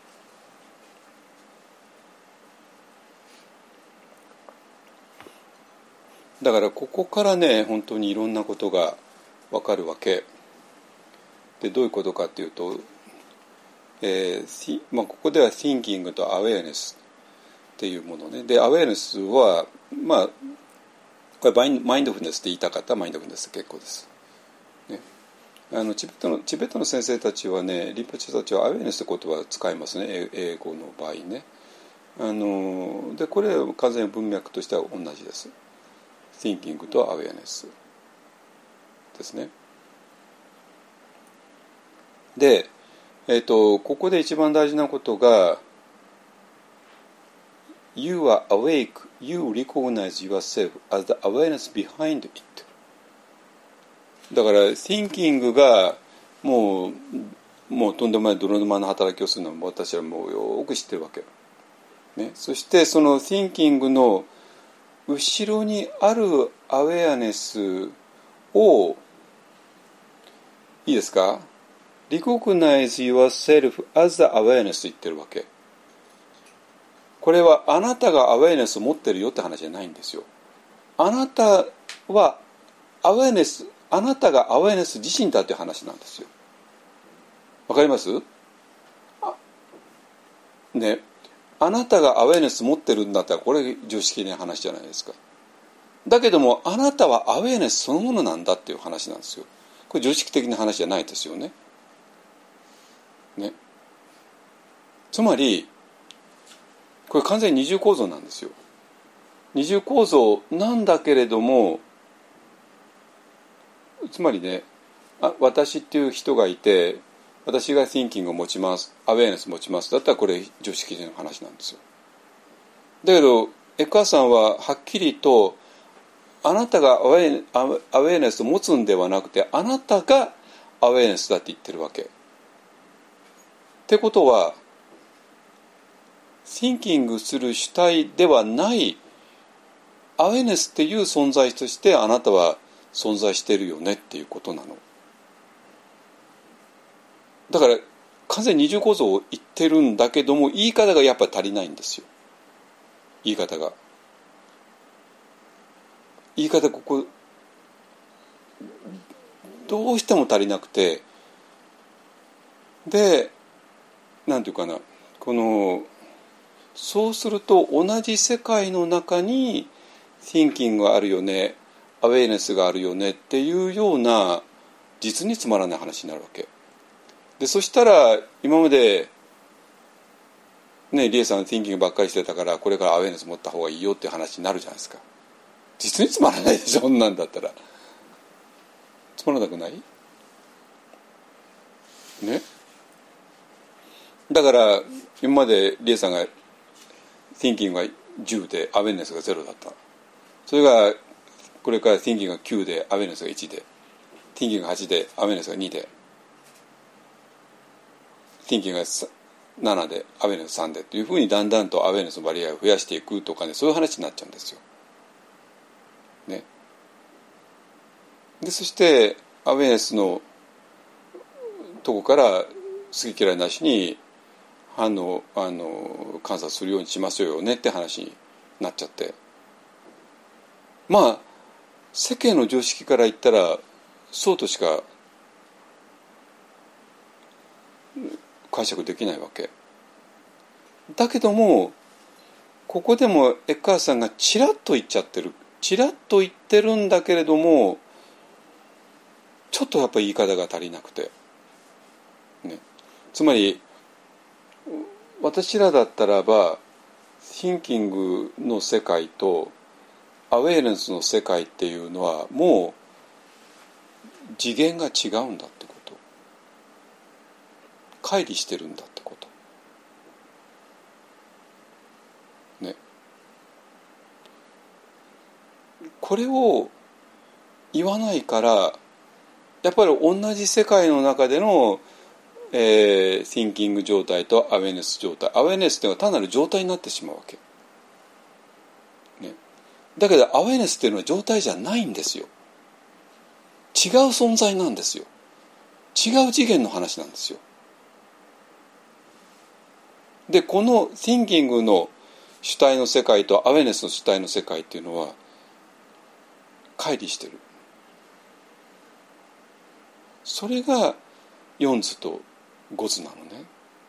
だからここからね本当にいろんなことが分かるわけで、どういうことかっていうと、えーまあ、ここでは Thinking と Awareness っていうものね。で Awareness はまあこれマインドフルネスって言いたかったらマインドフルネスで結構です、ね、あのチベットのチベットの先生たちはね、リンパチェたちは Awareness って言葉を使いますね、英語の場合ね。あのでこれは完全に文脈としては同じです。Thinking と Awareness ですね。で、えーと、ここで一番大事なことが You are awake, you recognize yourself as the awareness behind it。 だから Thinking がもう、もうとんでもない泥沼の働きをするのは私はもうよく知ってるわけ、ね、そしてその Thinking の後ろにあるアウェアネスをいいですかRecognize yourself as the awareness と言ってるわけ。これはあなたがアウェアネスを持ってるよって話じゃないんですよ。あなたはアウェアネス、あなたがアウェアネス自身だっていう話なんですよ。わかります？あ、ね、あなたがアウェアネス持ってるんだったらこれ常識的な話じゃないですか。だけどもあなたはアウェアネスそのものなんだっていう話なんですよ。これ常識的な話じゃないですよね。ね、つまりこれ完全に二重構造なんですよ。二重構造なんだけれども、つまりね、あ私っていう人がいて、私が thinking を持ちます、アウェアネス持ちますだったらこれ常識的な話なんですよ。だけどエッカーさんははっきりとあなたがアウェアネスを持つんではなくて、あなたがアウェアネスだって言ってるわけ。ってことは Thinking する主体ではないアウェネスっていう存在としてあなたは存在しているよねっていうことなの。だから完全に二重構造を言ってるんだけども、言い方がやっぱり足りないんですよ。言い方が言い方ここどうしても足りなくて、でなんていうかな、このそうすると同じ世界の中に thinking があるよね、アウェイネスがあるよねっていうような実につまらない話になるわけで、そしたら今までね、リエさんの thinking ばっかりしてたからこれからアウェイネス持った方がいいよっていう話になるじゃないですか。実につまらないでしょ、そんなんだったら。つまらなくない？ね。だから今までリエさんが thinking がじゅうでアウェイネスがゼロだった。それがこれから thinking がきゅうでアウェイネスがいちで、thinking がはちでアウェイネスがにで、thinking がななでアウェイネスさんでというふうにだんだんとアウェイネスの割合を増やしていくとかね、そういう話になっちゃうんですよ。ね。でそしてアウェイネスのとこから好き嫌いなしに反応あの観察するようにしますよねって話になっちゃって、まあ世間の常識から言ったらそうとしか解釈できないわけだけども、ここでもエッカーさんがちらっと言っちゃってるちらっと言ってるんだけれども、ちょっとやっぱり言い方が足りなくて、ね、つまり私らだったらばシンキングの世界とアウェイネスの世界っていうのはもう次元が違うんだってこと、乖離してるんだってことね。これを言わないからやっぱり同じ世界の中での、えー、thinking 状態とアウェイネス状態、アウェイネスっていうのは単なる状態になってしまうわけ、ね、だけどアウェイネスっていうのは状態じゃないんですよ。違う存在なんですよ。違う次元の話なんですよ。でこの thinking の主体の世界とアウェイネスの主体の世界っていうのは乖離してる。それがよん図とご図なのね。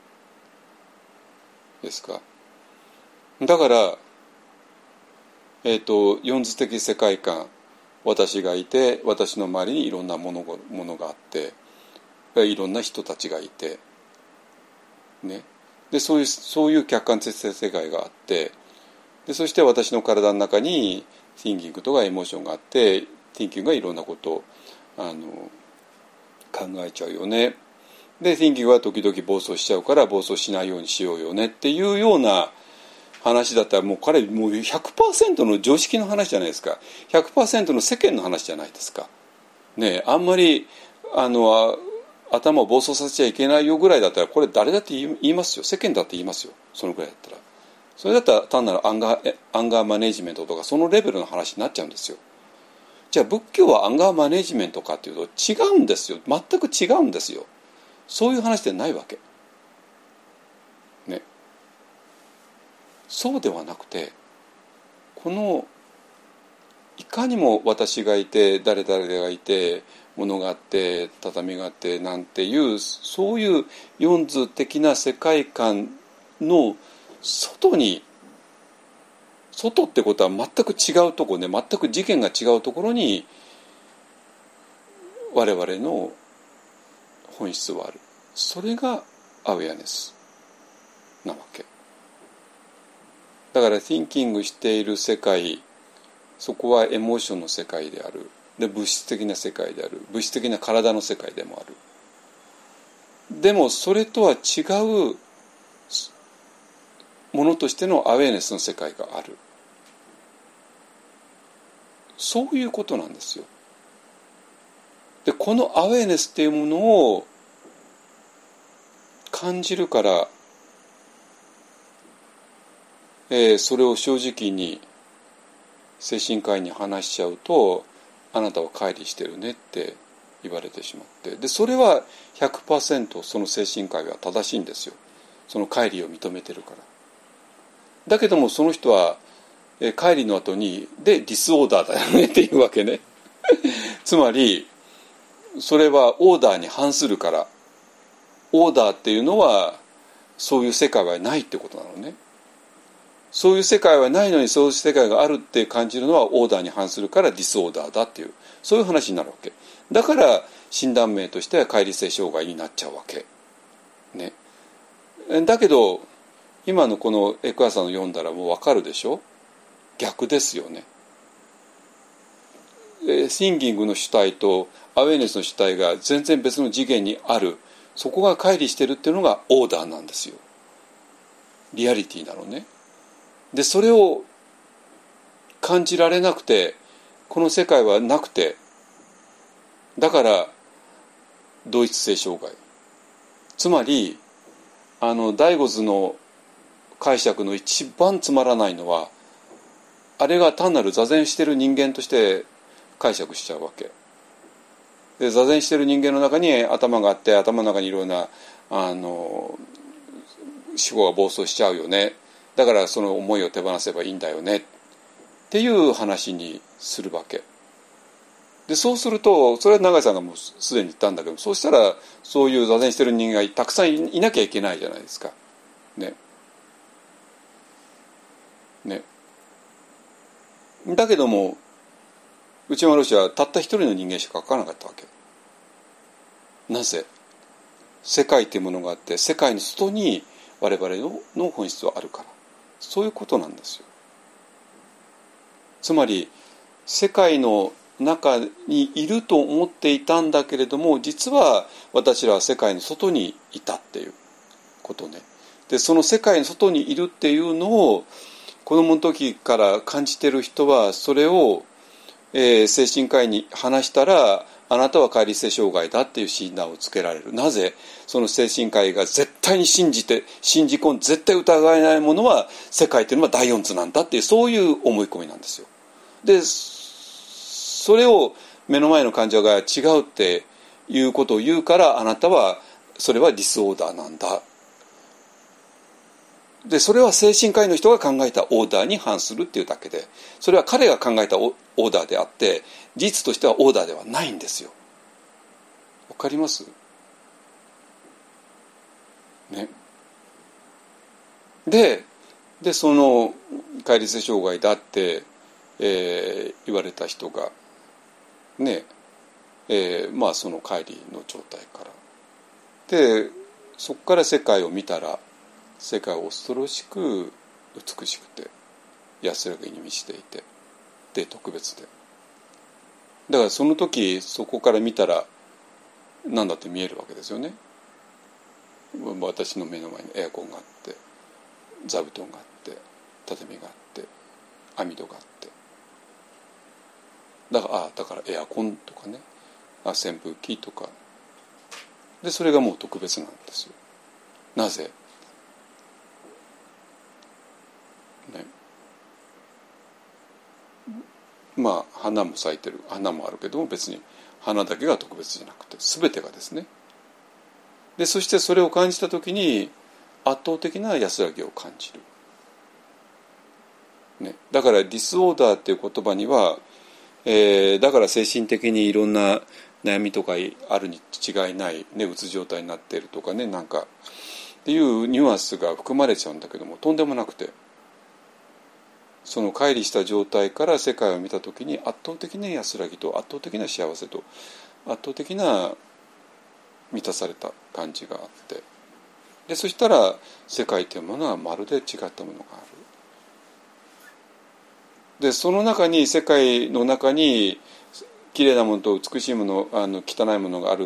ですか。だから、えーと、よん図的世界観、私がいて、私の周りにいろんなものが、ものがあって、いろんな人たちがいて、ね。で、そういう、そういう客観的世界があって、で、そして私の体の中に thinking とかエモーションがあって、thinking がいろんなことを、あの、考えちゃうよね。で thinking は時々暴走しちゃうから暴走しないようにしようよねっていうような話だったらもう彼もう ひゃくパーセント の常識の話じゃないですか。 ひゃくパーセント の世間の話じゃないですかね。あんまりあの頭を暴走させちゃいけないよぐらいだったらこれ誰だって言いますよ。世間だって言いますよ。そのぐらいだったら。それだったら単なるアンガー、アンガーマネジメントとかそのレベルの話になっちゃうんですよ。じゃあ仏教はアンガーマネジメントかっていうと違うんですよ。全く違うんですよ。そういう話ではないわけ、ね、そうではなくて、このいかにも私がいて誰々がいて物があって畳があってなんていうそういう四図的な世界観の外に、外ってことは全く違うところね、全く次元が違うところに我々の本質はある。それがアウェアネスなわけだから thinking している世界、そこはエモーションの世界である。で物質的な世界である。物質的な体の世界でもある。でもそれとは違うものとしてのアウェアネスの世界がある。そういうことなんですよ。でこのアウェアネスっていうものを感じるから、えー、それを正直に精神科医に話しちゃうと、あなたは乖離してるねって言われてしまって、でそれは ひゃくパーセント その精神科医は正しいんですよ。その乖離を認めてるから。だけどもその人は、えー、乖離の後にでディスオーダーだよねっていうわけねつまりそれはオーダーに反するから、オーダーっていうのはそういう世界はないってことなのね。 そういう世界はないのにそういう世界があるって感じるのはオーダーに反するからディスオーダーだっていう、そういう話になるわけだから、診断名としては乖離性障害になっちゃうわけね。だけど今のこのエクアさんの読んだらもう分かるでしょ。逆ですよね。シンギングの主体とアウェイネスの主体が全然別の次元にある、そこが乖離してるっていうのがオーダーなんですよ。リアリティなのね。でそれを感じられなくて、この世界はなくて、だから同一性障害、つまりあの第五図の解釈の一番つまらないのは、あれが単なる座禅してる人間として解釈しちゃうわけで、座禅してる人間の中に頭があって、頭の中にいろんなあの思考が暴走しちゃうよね、だからその思いを手放せばいいんだよねっていう話にするわけで、そうすると、それは永井さんがもうすでに言ったんだけど、そうしたらそういう座禅してる人間がたくさんいなきゃいけないじゃないですかね。ね。だけども内山ロシはたった一人の人間しか書かなかったわけ。なぜ？世界というものがあって、世界の外に我々 の, の本質はあるから、そういうことなんですよ。つまり世界の中にいると思っていたんだけれども、実は私らは世界の外にいたっていうことね。でその世界の外にいるっていうのを子供の時から感じてる人は、それを、えー、精神科医に話したら、あなたは乖離性障害だっていう診断をつけられる。なぜ？その精神科医が絶対に信じて信じ込んで絶対疑えないものは世界というのは第四図なんだっていう、そういう思い込みなんですよ。でそれを目の前の患者が違うっていうことを言うから、あなたはそれはディスオーダーなんだ。でそれは精神科医の人が考えたオーダーに反するっていうだけで、それは彼が考えたオーダーであって、事実としてはオーダーではないんですよ。わかりますね。ででその乖離性障害だって、えー、言われた人がね、えー、まあその乖離の状態からで、そこから世界を見たら、世界は恐ろしく美しくて安らぎに満ちていて、で特別で、だからその時そこから見たら何だって見えるわけですよね。私の目の前にエアコンがあって、座布団があって、畳があって、網戸があって、だからあだからエアコンとかね、あ扇風機とかで、それがもう特別なんですよ。なぜ？ね、まあ花も咲いてる、花もあるけども、別に花だけが特別じゃなくて全てがですね。でそしてそれを感じたときに圧倒的な安らぎを感じる、ね、だからディスオーダーっていう言葉には、えー、だから精神的にいろんな悩みとかあるに違いない、ね、うつ状態になっているとかね、なんかっていうニュアンスが含まれちゃうんだけども、とんでもなくて、その乖離した状態から世界を見たときに圧倒的な安らぎと圧倒的な幸せと圧倒的な満たされた感じがあって、でそしたら世界というものはまるで違ったものがある。でその中に、世界の中に綺麗なものと美しいもの、あの汚いものがあるって、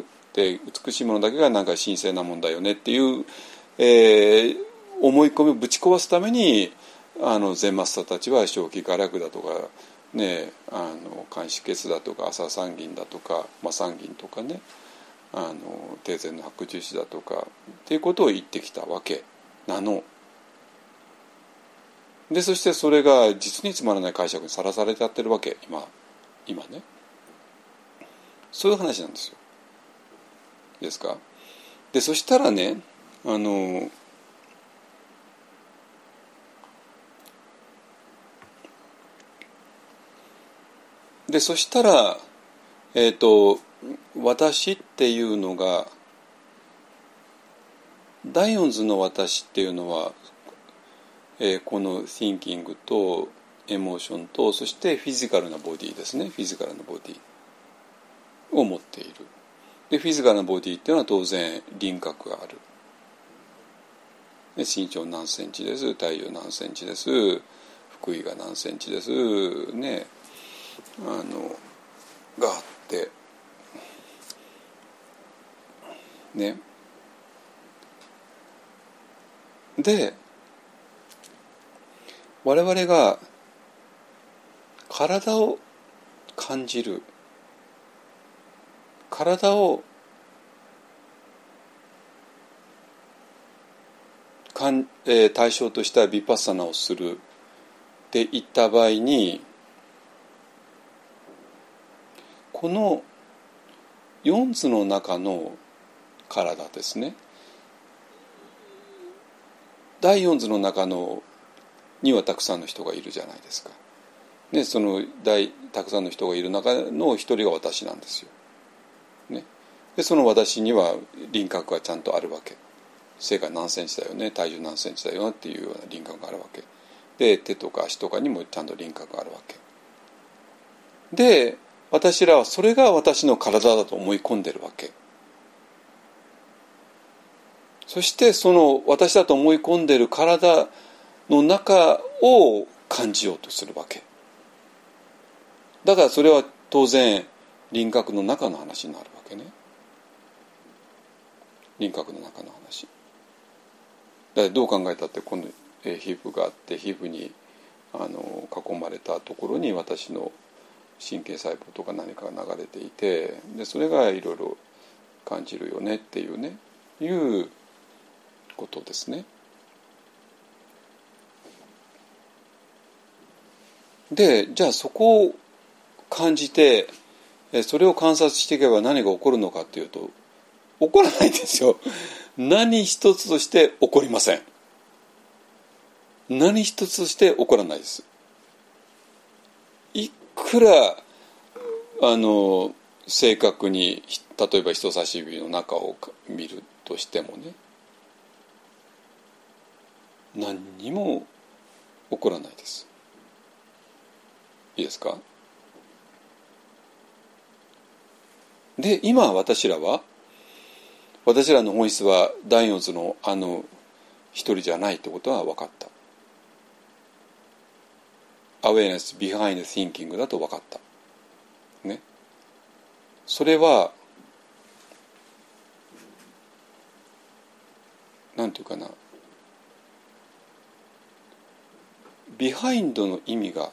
美しいものだけがなんか神聖なもんだよねっていう、えー、思い込みをぶち壊すために、あの禅マスターたちは正気画略だとかね、あの漢詩訣だとか朝三銀だとか、まあ、三銀とかね、あの帝禅の白寿子だとかっていうことを言ってきたわけなので、そしてそれが実につまらない解釈にさらされちゃってるわけ、今今ね。そういう話なんですよ。ですか。でそしたらね、あのでそしたらえっと私っていうのが、第四図の私っていうのは、 えー、この thinking とエモーションと、そしてフィジカルなボディですね、フィジカルなボディを持っている。でフィジカルなボディっていうのは当然輪郭がある。で身長何センチです、体重何センチです、腹囲が何センチですね、あのがあってね。で我々が体を感じる、体をかん、えー、対象としたヴィパッサナをするっていった場合に、このよんつの中の体ですね、だいよん図の中のにはたくさんの人がいるじゃないですか。でその大たくさんの人がいる中の一人が私なんですよ。ね、でその私には輪郭がちゃんとあるわけ。背が何センチだよね、体重何センチだよなっていうような輪郭があるわけで、手とか足とかにもちゃんと輪郭があるわけで、私らはそれが私の体だと思い込んでるわけ。そしてその私だと思い込んでいる体の中を感じようとするわけだから、それは当然輪郭の中の話になるわけね。輪郭の中の話だから、どう考えたって今度、えー、皮膚があって、皮膚にあの囲まれたところに私の神経細胞とか何かが流れていて、でそれがいろいろ感じるよねっていうね、いうことですね。でじゃあそこを感じてそれを観察していけば何が起こるのかっていうと、起こらないんですよ。何一つとして起こりません。何一つとして起こらないです。いくらあの正確に例えば人差し指の中を見るとしてもね、何にも起こらないです。いいですか。で今私らは私らの本質は第四図のあの一人じゃないってことは分かった。Awareness behind thinking だと分かったね。それはなんていうかな、ビハインドの意味が、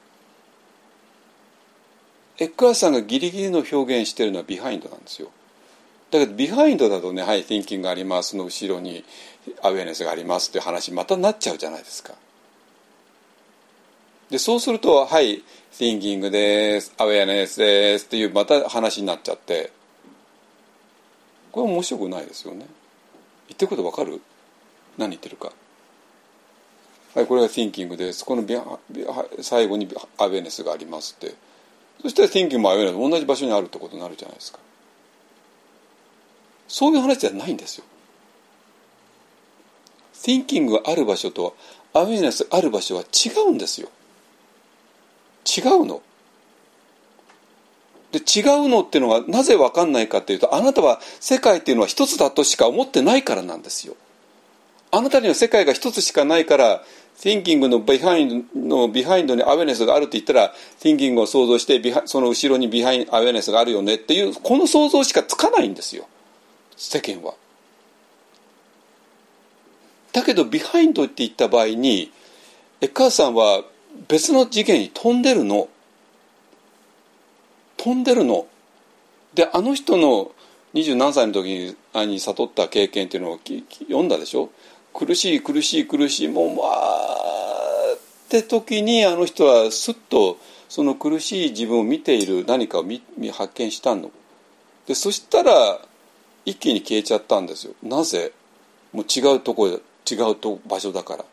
エッカーさんがギリギリの表現しているのはビハインドなんですよ。だけどビハインドだとね、はい、Thinking がありますの後ろにアウェアネスがありますっていう話またなっちゃうじゃないですか。でそうすると、はい、Thinking です、アウェアネスですっていうまた話になっちゃって、これ面白くないですよね。言ってることわかる？何言ってるか。はい、これが Thinking です。この最後にアウェアネスがありますって。そしたら Thinking もアウェアネスも同じ場所にあるってことになるじゃないですか。そういう話じゃないんですよ。Thinking がある場所とアウェアネスある場所は違うんですよ。違うの。で違うのっていうのがなぜ分かんないかっていうと、あなたは世界っていうのは一つだとしか思ってないからなんですよ。あなたには世界が一つしかないから、Thinking のビハインドのビハインドにアウェネスがあるって言ったら、Thinking を想像してその後ろにビハインアウェネスがあるよねっていうこの想像しかつかないんですよ、世間は。だけどビハインドって言った場合に、エッカーさんは別の次元に飛んでるの。飛んでるの。で、あの人の二十何歳の時に悟った経験っていうのを読んだでしょ。苦しい苦しい苦しいもうわーって時に、あの人はすっとその苦しい自分を見ている何かを見発見したので、そしたら一気に消えちゃったんですよ。なぜ？もう違うところ、違うと場所だから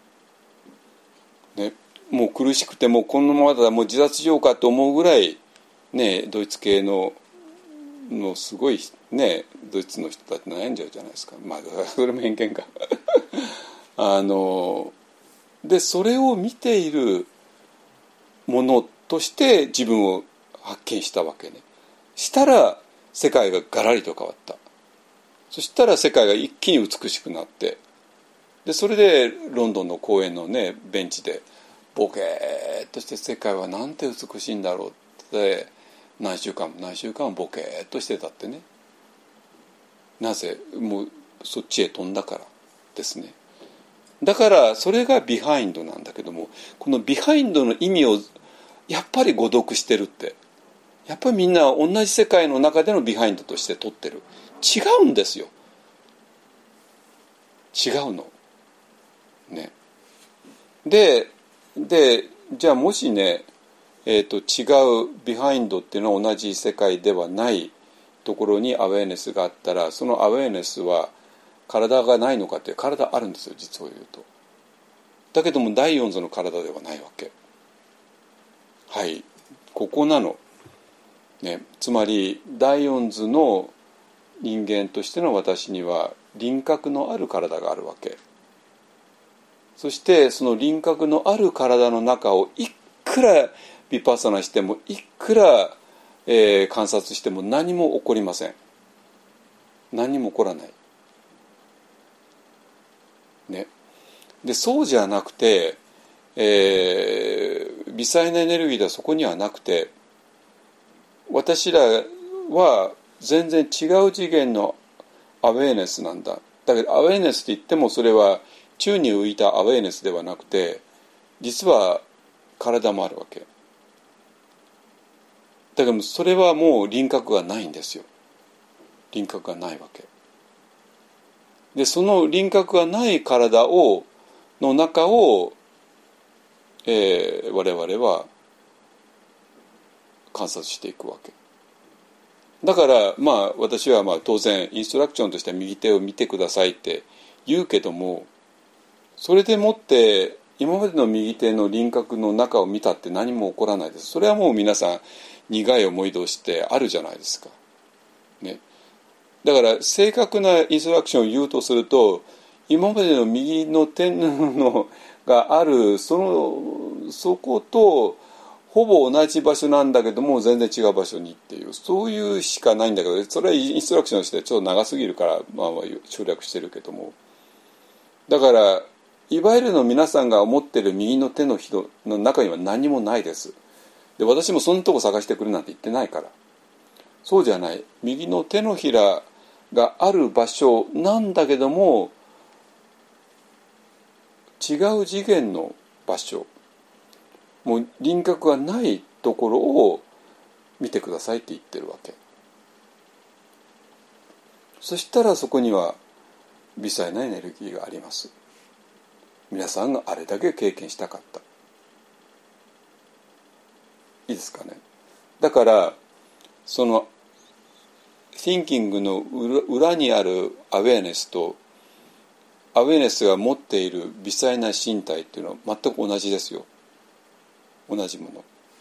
ね。もう苦しくてもうこのままだもう自殺しようかと思うぐらいね、ドイツ系ののすごいね、ドイツの人たち悩んじゃうじゃないですか。まあそれも偏見かあのでそれを見ているものとして自分を発見したわけね。したら世界がガラリと変わった。そしたら世界が一気に美しくなって、でそれでロンドンの公園のねベンチでボケーっとして世界はなんて美しいんだろうって何週間も何週間もボケーっとしてたってね。なぜ？もうそっちへ飛んだからですね。だからそれがビハインドなんだけども、このビハインドの意味をやっぱり誤読してるって、やっぱりみんな同じ世界の中でのビハインドとして取ってる。違うんですよ。違うのね。ででじゃあもしね、えーと、違うビハインドっていうのは同じ世界ではないところにアウェーネスがあったら、そのアウェーネスは体がないのかって、体あるんですよ実を言うと。だけども第四図の体ではないわけ。はい、ここなの、ね、つまり第四図の人間としての私には輪郭のある体があるわけ。そしてその輪郭のある体の中をいくらヴィパッサナしてもいくら、えー、観察しても何も起こりません。何も起こらない、ね、でそうじゃなくて、えー、微細なエネルギーではそこにはなくて、私らは全然違う次元のアウェーネスなんだ。だけどアウェーネスって言ってもそれは宙に浮いたアウェーネスではなくて、実は体もあるわけだけど、それはもう輪郭がないんですよ。輪郭がないわけで、その輪郭がない体をの中を、えー、我々は観察していくわけだから、まあ私はまあ当然インストラクションとしては右手を見てくださいって言うけども、それでもって今までの右手の輪郭の中を見たって何も起こらないです。それはもう皆さん苦い思い出をしてあるじゃないですか、ね、だから正確なインストラクションを言うとすると、今までの右の手のがあるそのそことほぼ同じ場所なんだけども全然違う場所にっていう、そういうしかないんだけど、それはインストラクションしてちょっと長すぎるから、まあ、省略してるけども、だからいわゆるの皆さんが思ってる右の手の人の中には何もないです。で私もそんなとこ探してくるなんて言ってないから。そうじゃない、右の手のひらがある場所なんだけども違う次元の場所、もう輪郭がないところを見てくださいって言ってるわけ。そしたらそこには微細なエネルギーがあります。皆さんがあれだけ経験したかった。いいですかね。だからそのThinking の裏にあるアウェーネスとアウェーネスが持っている微細な身体っていうのは全く同じですよ。同じもの、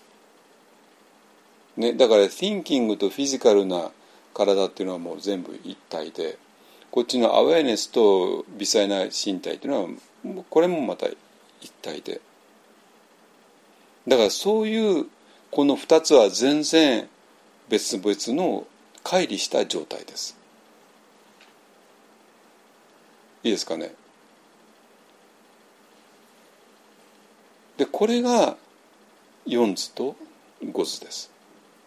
ね、だから Thinking とフィジカルな体っていうのはもう全部一体で、こっちのアウェーネスと微細な身体っていうのはこれもまた一体で、だからそういうこの二つは全然別々の乖離した状態です。いいですかね。でこれがよん図とご図です。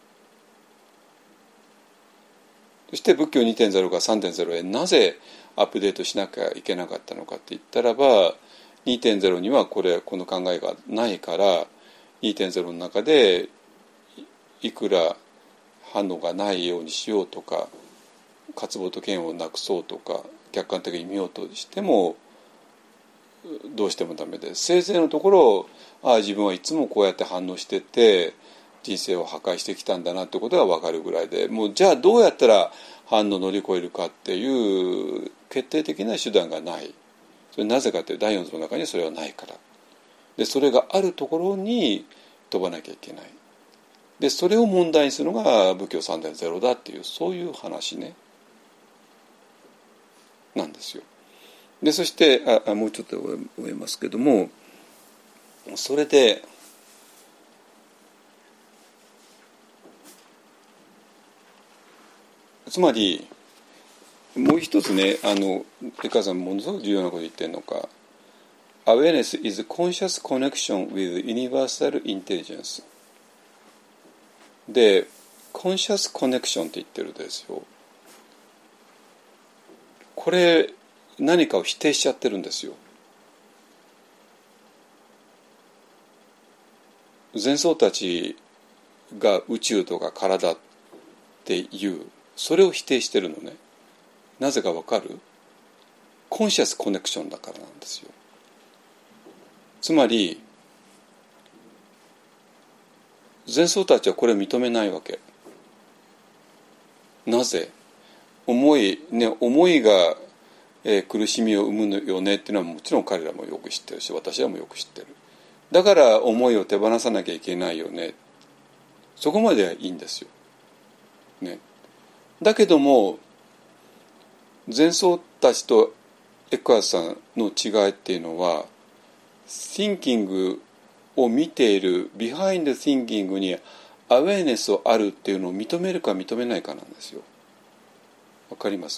そして仏教 にてんゼロ が さんてんゼロ へなぜアップデートしなきゃいけなかったのかって言ったらば、 にてんゼロ にはこれこの考えがないから にてんゼロ の中でいくら反応がないようにしようとか渇望と嫌悪をなくそうとか客観的に見ようとしてもどうしてもダメで、せいぜいのところああ自分はいつもこうやって反応してて人生を破壊してきたんだなってことが分かるぐらいで、もうじゃあどうやったら反応を乗り越えるかっていう決定的な手段がない。それなぜかというとだいよん図の中にそれはないからで、それがあるところに飛ばなきゃいけない。でそれを問題にするのが仏教 さんてんゼロ だっていう、そういう話ねなんですよ。でそしてあもうちょっと終えますけども、 それでつまりもう一つね、あの江川さんものすごく重要なこと言ってるのか、 Awareness is conscious connection with universal intelligence で、コンシャスコネクションって言ってるですよ。これ何かを否定しちゃってるんですよ。前僧たちが宇宙とか体っていうそれを否定してるのね。なぜかわかる？コンシャスコネクションだからなんですよ。つまり前僧たちはこれを認めないわけ。なぜ？思いね、思いが、えー、苦しみを生むのよねっていうのはもちろん彼らもよく知ってるし、私らもよく知ってる。だから思いを手放さなきゃいけないよね。そこまではいいんですよ。ね。だけども前僧たちとエクアさんの違いっていうのは、Thinking を見ている Behind Thinking にアウェーネスをあるっていうのを認めるか認めないかなんですよ。わかります？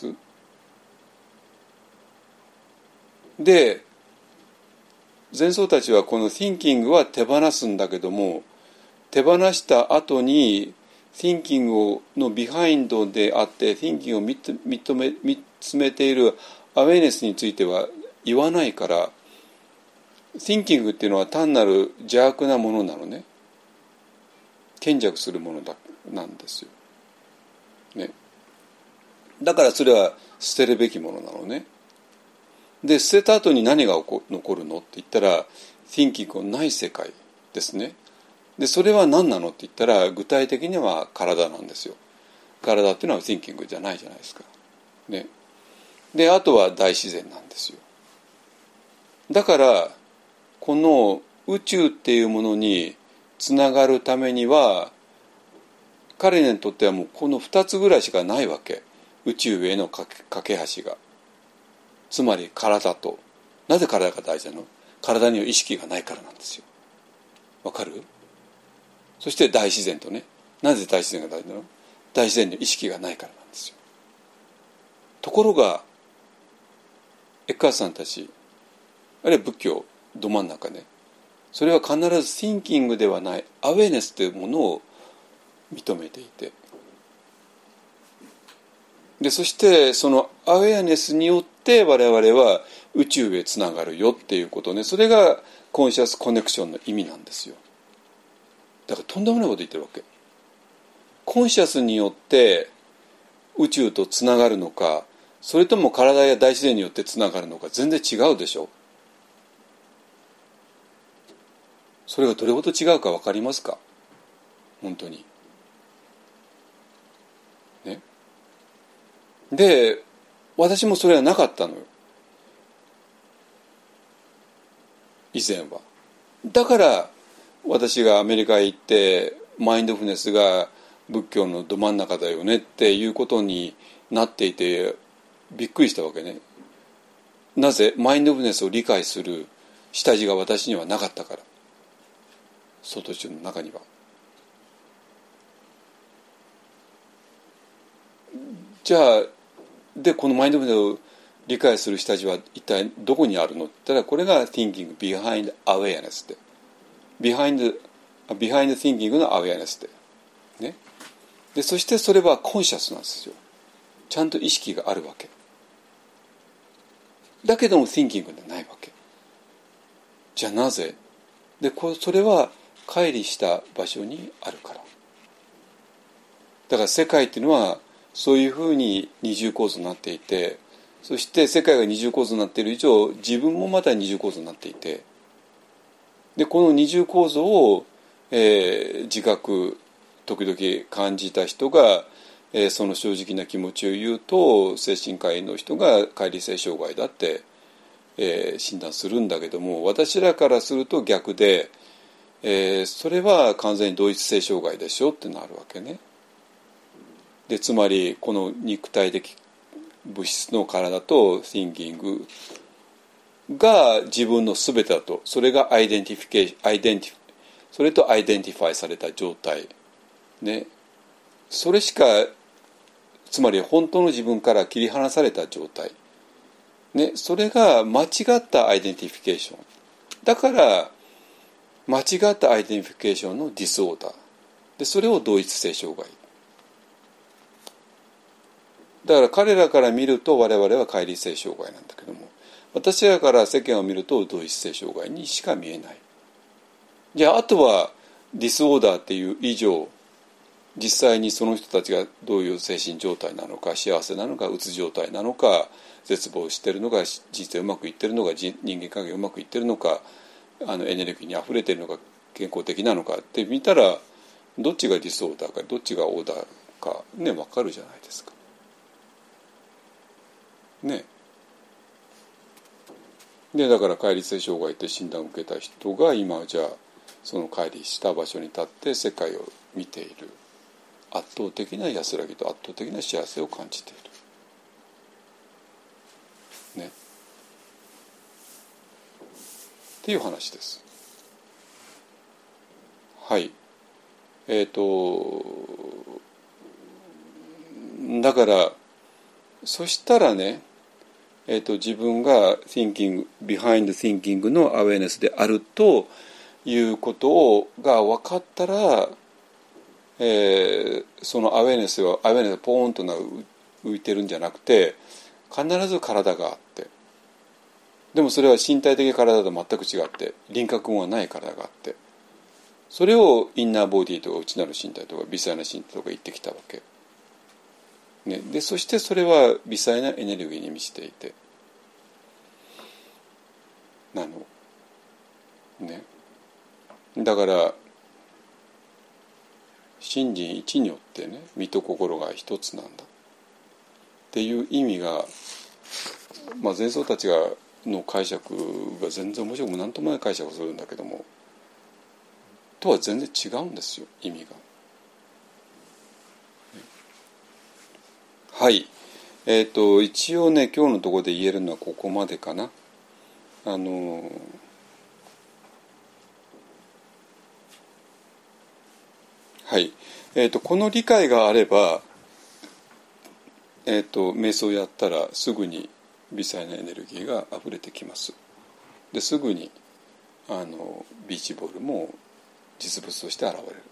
で、前僧たちはこの Thinking は手放すんだけども、手放した後に Thinking をのビハインドであって Thinking を認め見つめているアウェーネスについては言わないから、 Thinking っていうのは単なる邪悪なものなのね。賢弱するものだなんですよ、ね。だからそれは捨てるべきものなのね。で、捨てた後に何が残るのって言ったら Thinking のない世界ですね。でそれは何なのって言ったら具体的には体なんですよ。体っていうのは Thinking じゃないじゃないですか、ね。であとは大自然なんですよ。だからこの宇宙っていうものにつながるためには彼にとってはもうこのふたつぐらいしかないわけ。宇宙への架け橋が、つまり体と、なぜ体が大事なの？体には意識がないからなんですよ。わかる？そして大自然とね、なぜ大自然が大事なの？大自然に意識がないからなんですよ。ところがエッカーさんたち、あるいは仏教ど真ん中ね、それは必ず Thinking ではないアウェーネスというものを認めていて、でそしてそのアウェアネスによって我々は宇宙へつながるよっていうことね。それがコンシャスコネクションの意味なんですよ。だからとんでもないこと言ってるわけ。コンシャスによって宇宙とつながるのか、それとも体や大自然によってつながるのか、全然違うでしょ。それがどれほど違うか分かりますか？本当にね。で私もそれはなかったのよ、以前は。だから私がアメリカへ行ってマインドフルネスが仏教のど真ん中だよねっていうことになっていてびっくりしたわけね。なぜ？マインドフルネスを理解する下地が私にはなかったから。外中の中には。じゃあでこのマインドフルネスを理解する下地は一体どこにあるのって言ったら、これが Thinking Behind Awareness で Behind, Behind Thinking の Awareness で、ね、でそしてそれはコンシャスなんですよ。ちゃんと意識があるわけだけども Thinking でないわけ。じゃあなぜ？でこそれは乖離した場所にあるから。だから世界っていうのはそういうふうに二重構造になっていて、そして世界が二重構造になっている以上自分もまた二重構造になっていて、でこの二重構造を、えー、自覚時々感じた人が、えー、その正直な気持ちを言うと精神科医の人が乖離性障害だって、えー、診断するんだけども、私らからすると逆で、えー、それは完全に同一性障害でしょってなるわけね。でつまりこの肉体的物質の体と Thinking が自分の全てだと、それがアイデンティフィケーション、アイデンティそれとアイデンティファイされた状態、ね、それしか、つまり本当の自分から切り離された状態、ね、それが間違ったアイデンティフィケーションだから、間違ったアイデンティフィケーションのディスオーダーで、それを同一性障害だから、彼らから見ると我々は乖離性障害なんだけども、私らから世間を見ると同一性障害にしか見えない。じゃああとはディスオーダーっていう以上、実際にその人たちがどういう精神状態なのか、幸せなのか、うつ状態なのか、絶望しているのか、人生うまくいっているのか、人間関係うまくいっているのか、あのエネルギーにあふれているのか、健康的なのかって見たら、どっちがディスオーダーかどっちがオーダーかね、分かるじゃないですかね。でだから乖離性障害って診断を受けた人が今じゃあその乖離した場所に立って世界を見ている、圧倒的な安らぎと圧倒的な幸せを感じているねっていう話です。はい。えっとだからそしたらね、えーと、自分が thinking behind thinking のアウェーネスであるということをが分かったら、えー、そのアウェーネスはアウェーネスがポーンとな浮いてるんじゃなくて、必ず体があって、でもそれは身体的体と全く違って輪郭がない体があって、それをインナーボディとか内なる身体とか微細な身体とか言ってきたわけね。でそしてそれは微細なエネルギーに満ちていてなのね。だから信心一によってね、身と心が一つなんだっていう意味が、まあ前僧たちがの解釈が全然面白くも何ともない解釈をするんだけども、とは全然違うんですよ、意味が。はい。えっと一応ね、今日のところで言えるのはここまでかな。あのはい。えっとこの理解があれば、えっと瞑想をやったらすぐに微細なエネルギーがあふれてきます。ですぐにあのビーチボールも実物として現れる。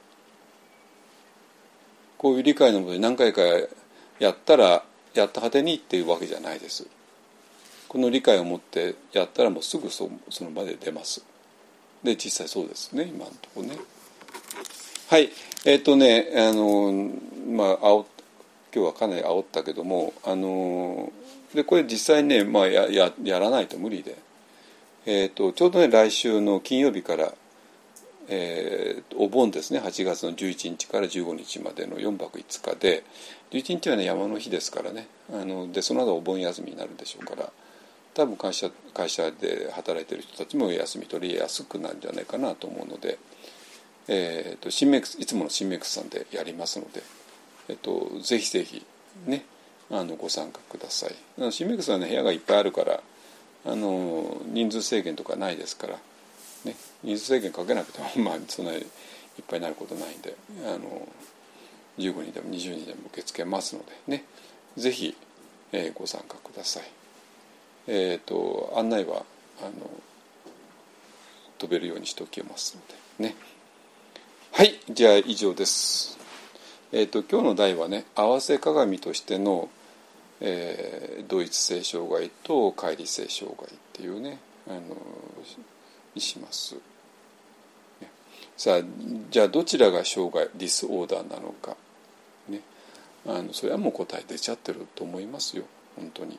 こういう理解のもとに何回かやったらやった果てにっていうわけじゃないです。この理解を持ってやったらもうすぐ そ, その場で出ます。で実際そうですね、今のところね。はい。えっ、ー、とねあのまあ今日はかなり煽ったけども、あのでこれ実際ね、まあ、や, や, やらないと無理で、えー、とちょうどね来週の金曜日から、えー、お盆ですね、はちがつのじゅういちにちからじゅうごにちまでのよんぱくいつかで、じゅういちにちはね山の日ですからね、あのでその後お盆休みになるでしょうから、多分会社会社で働いている人たちも休み取りやすくなるんじゃないかなと思うので、えー、とシンメックスいつものシンメックスさんでやりますので、えー、とぜひぜひねあのご参加ください。シンメックスはね部屋がいっぱいあるから、あの人数制限とかないですから、ね、人数制限かけなくてもまあそんなにいっぱいになることないんで、あのじゅうごにんでもにじゅうにんでも受け付けますのでね、ぜひ、えー、ご参加ください。えっ、ー、と案内はあの飛べるようにしておきますのでね。はい、じゃあ以上です。えっ、ー、と今日の題はね、合わせ鏡としての、えー、同一性障害と乖離性障害っていうね、あのにします。ね、さあじゃあどちらが障害ディスオーダーなのか、ね、あのそれはもう答え出ちゃってると思いますよ、本当に。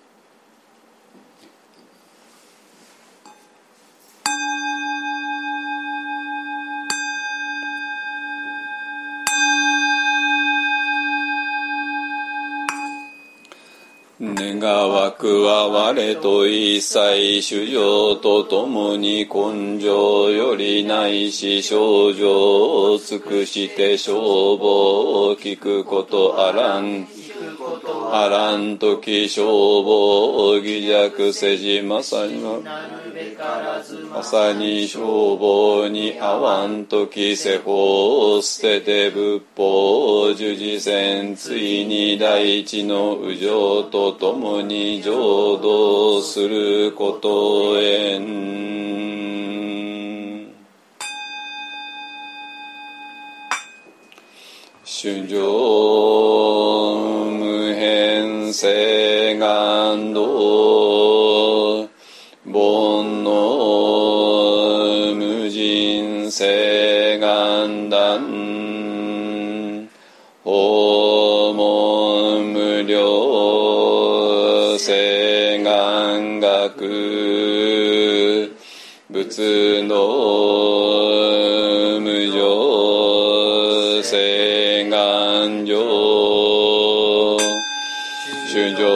願わくは我と一切主情とともに根性よりないし症状を尽くして消防を聞くことあらんあらんとき消防を疑弱せじまさにのからず朝に消防にあわんとき世法を捨てて仏法を従事せんついに大地の右上とともに浄土することへん衆生無変性願道煩悩無人性願断訪問無量性願学仏の無常性願上衆生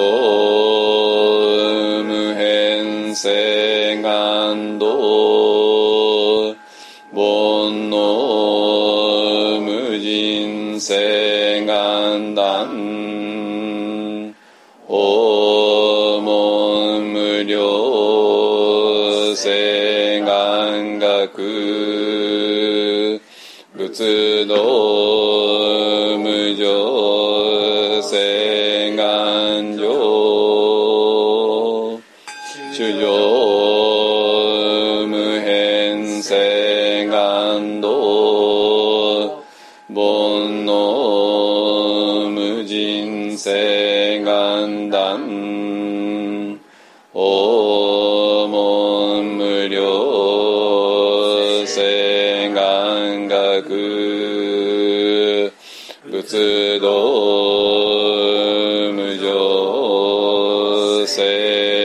無変性願道煩悩無人性願断訪問無量性願学仏道無常性願上衆生無変性願道煩悩無人性願断訪問無量性願学仏道無常性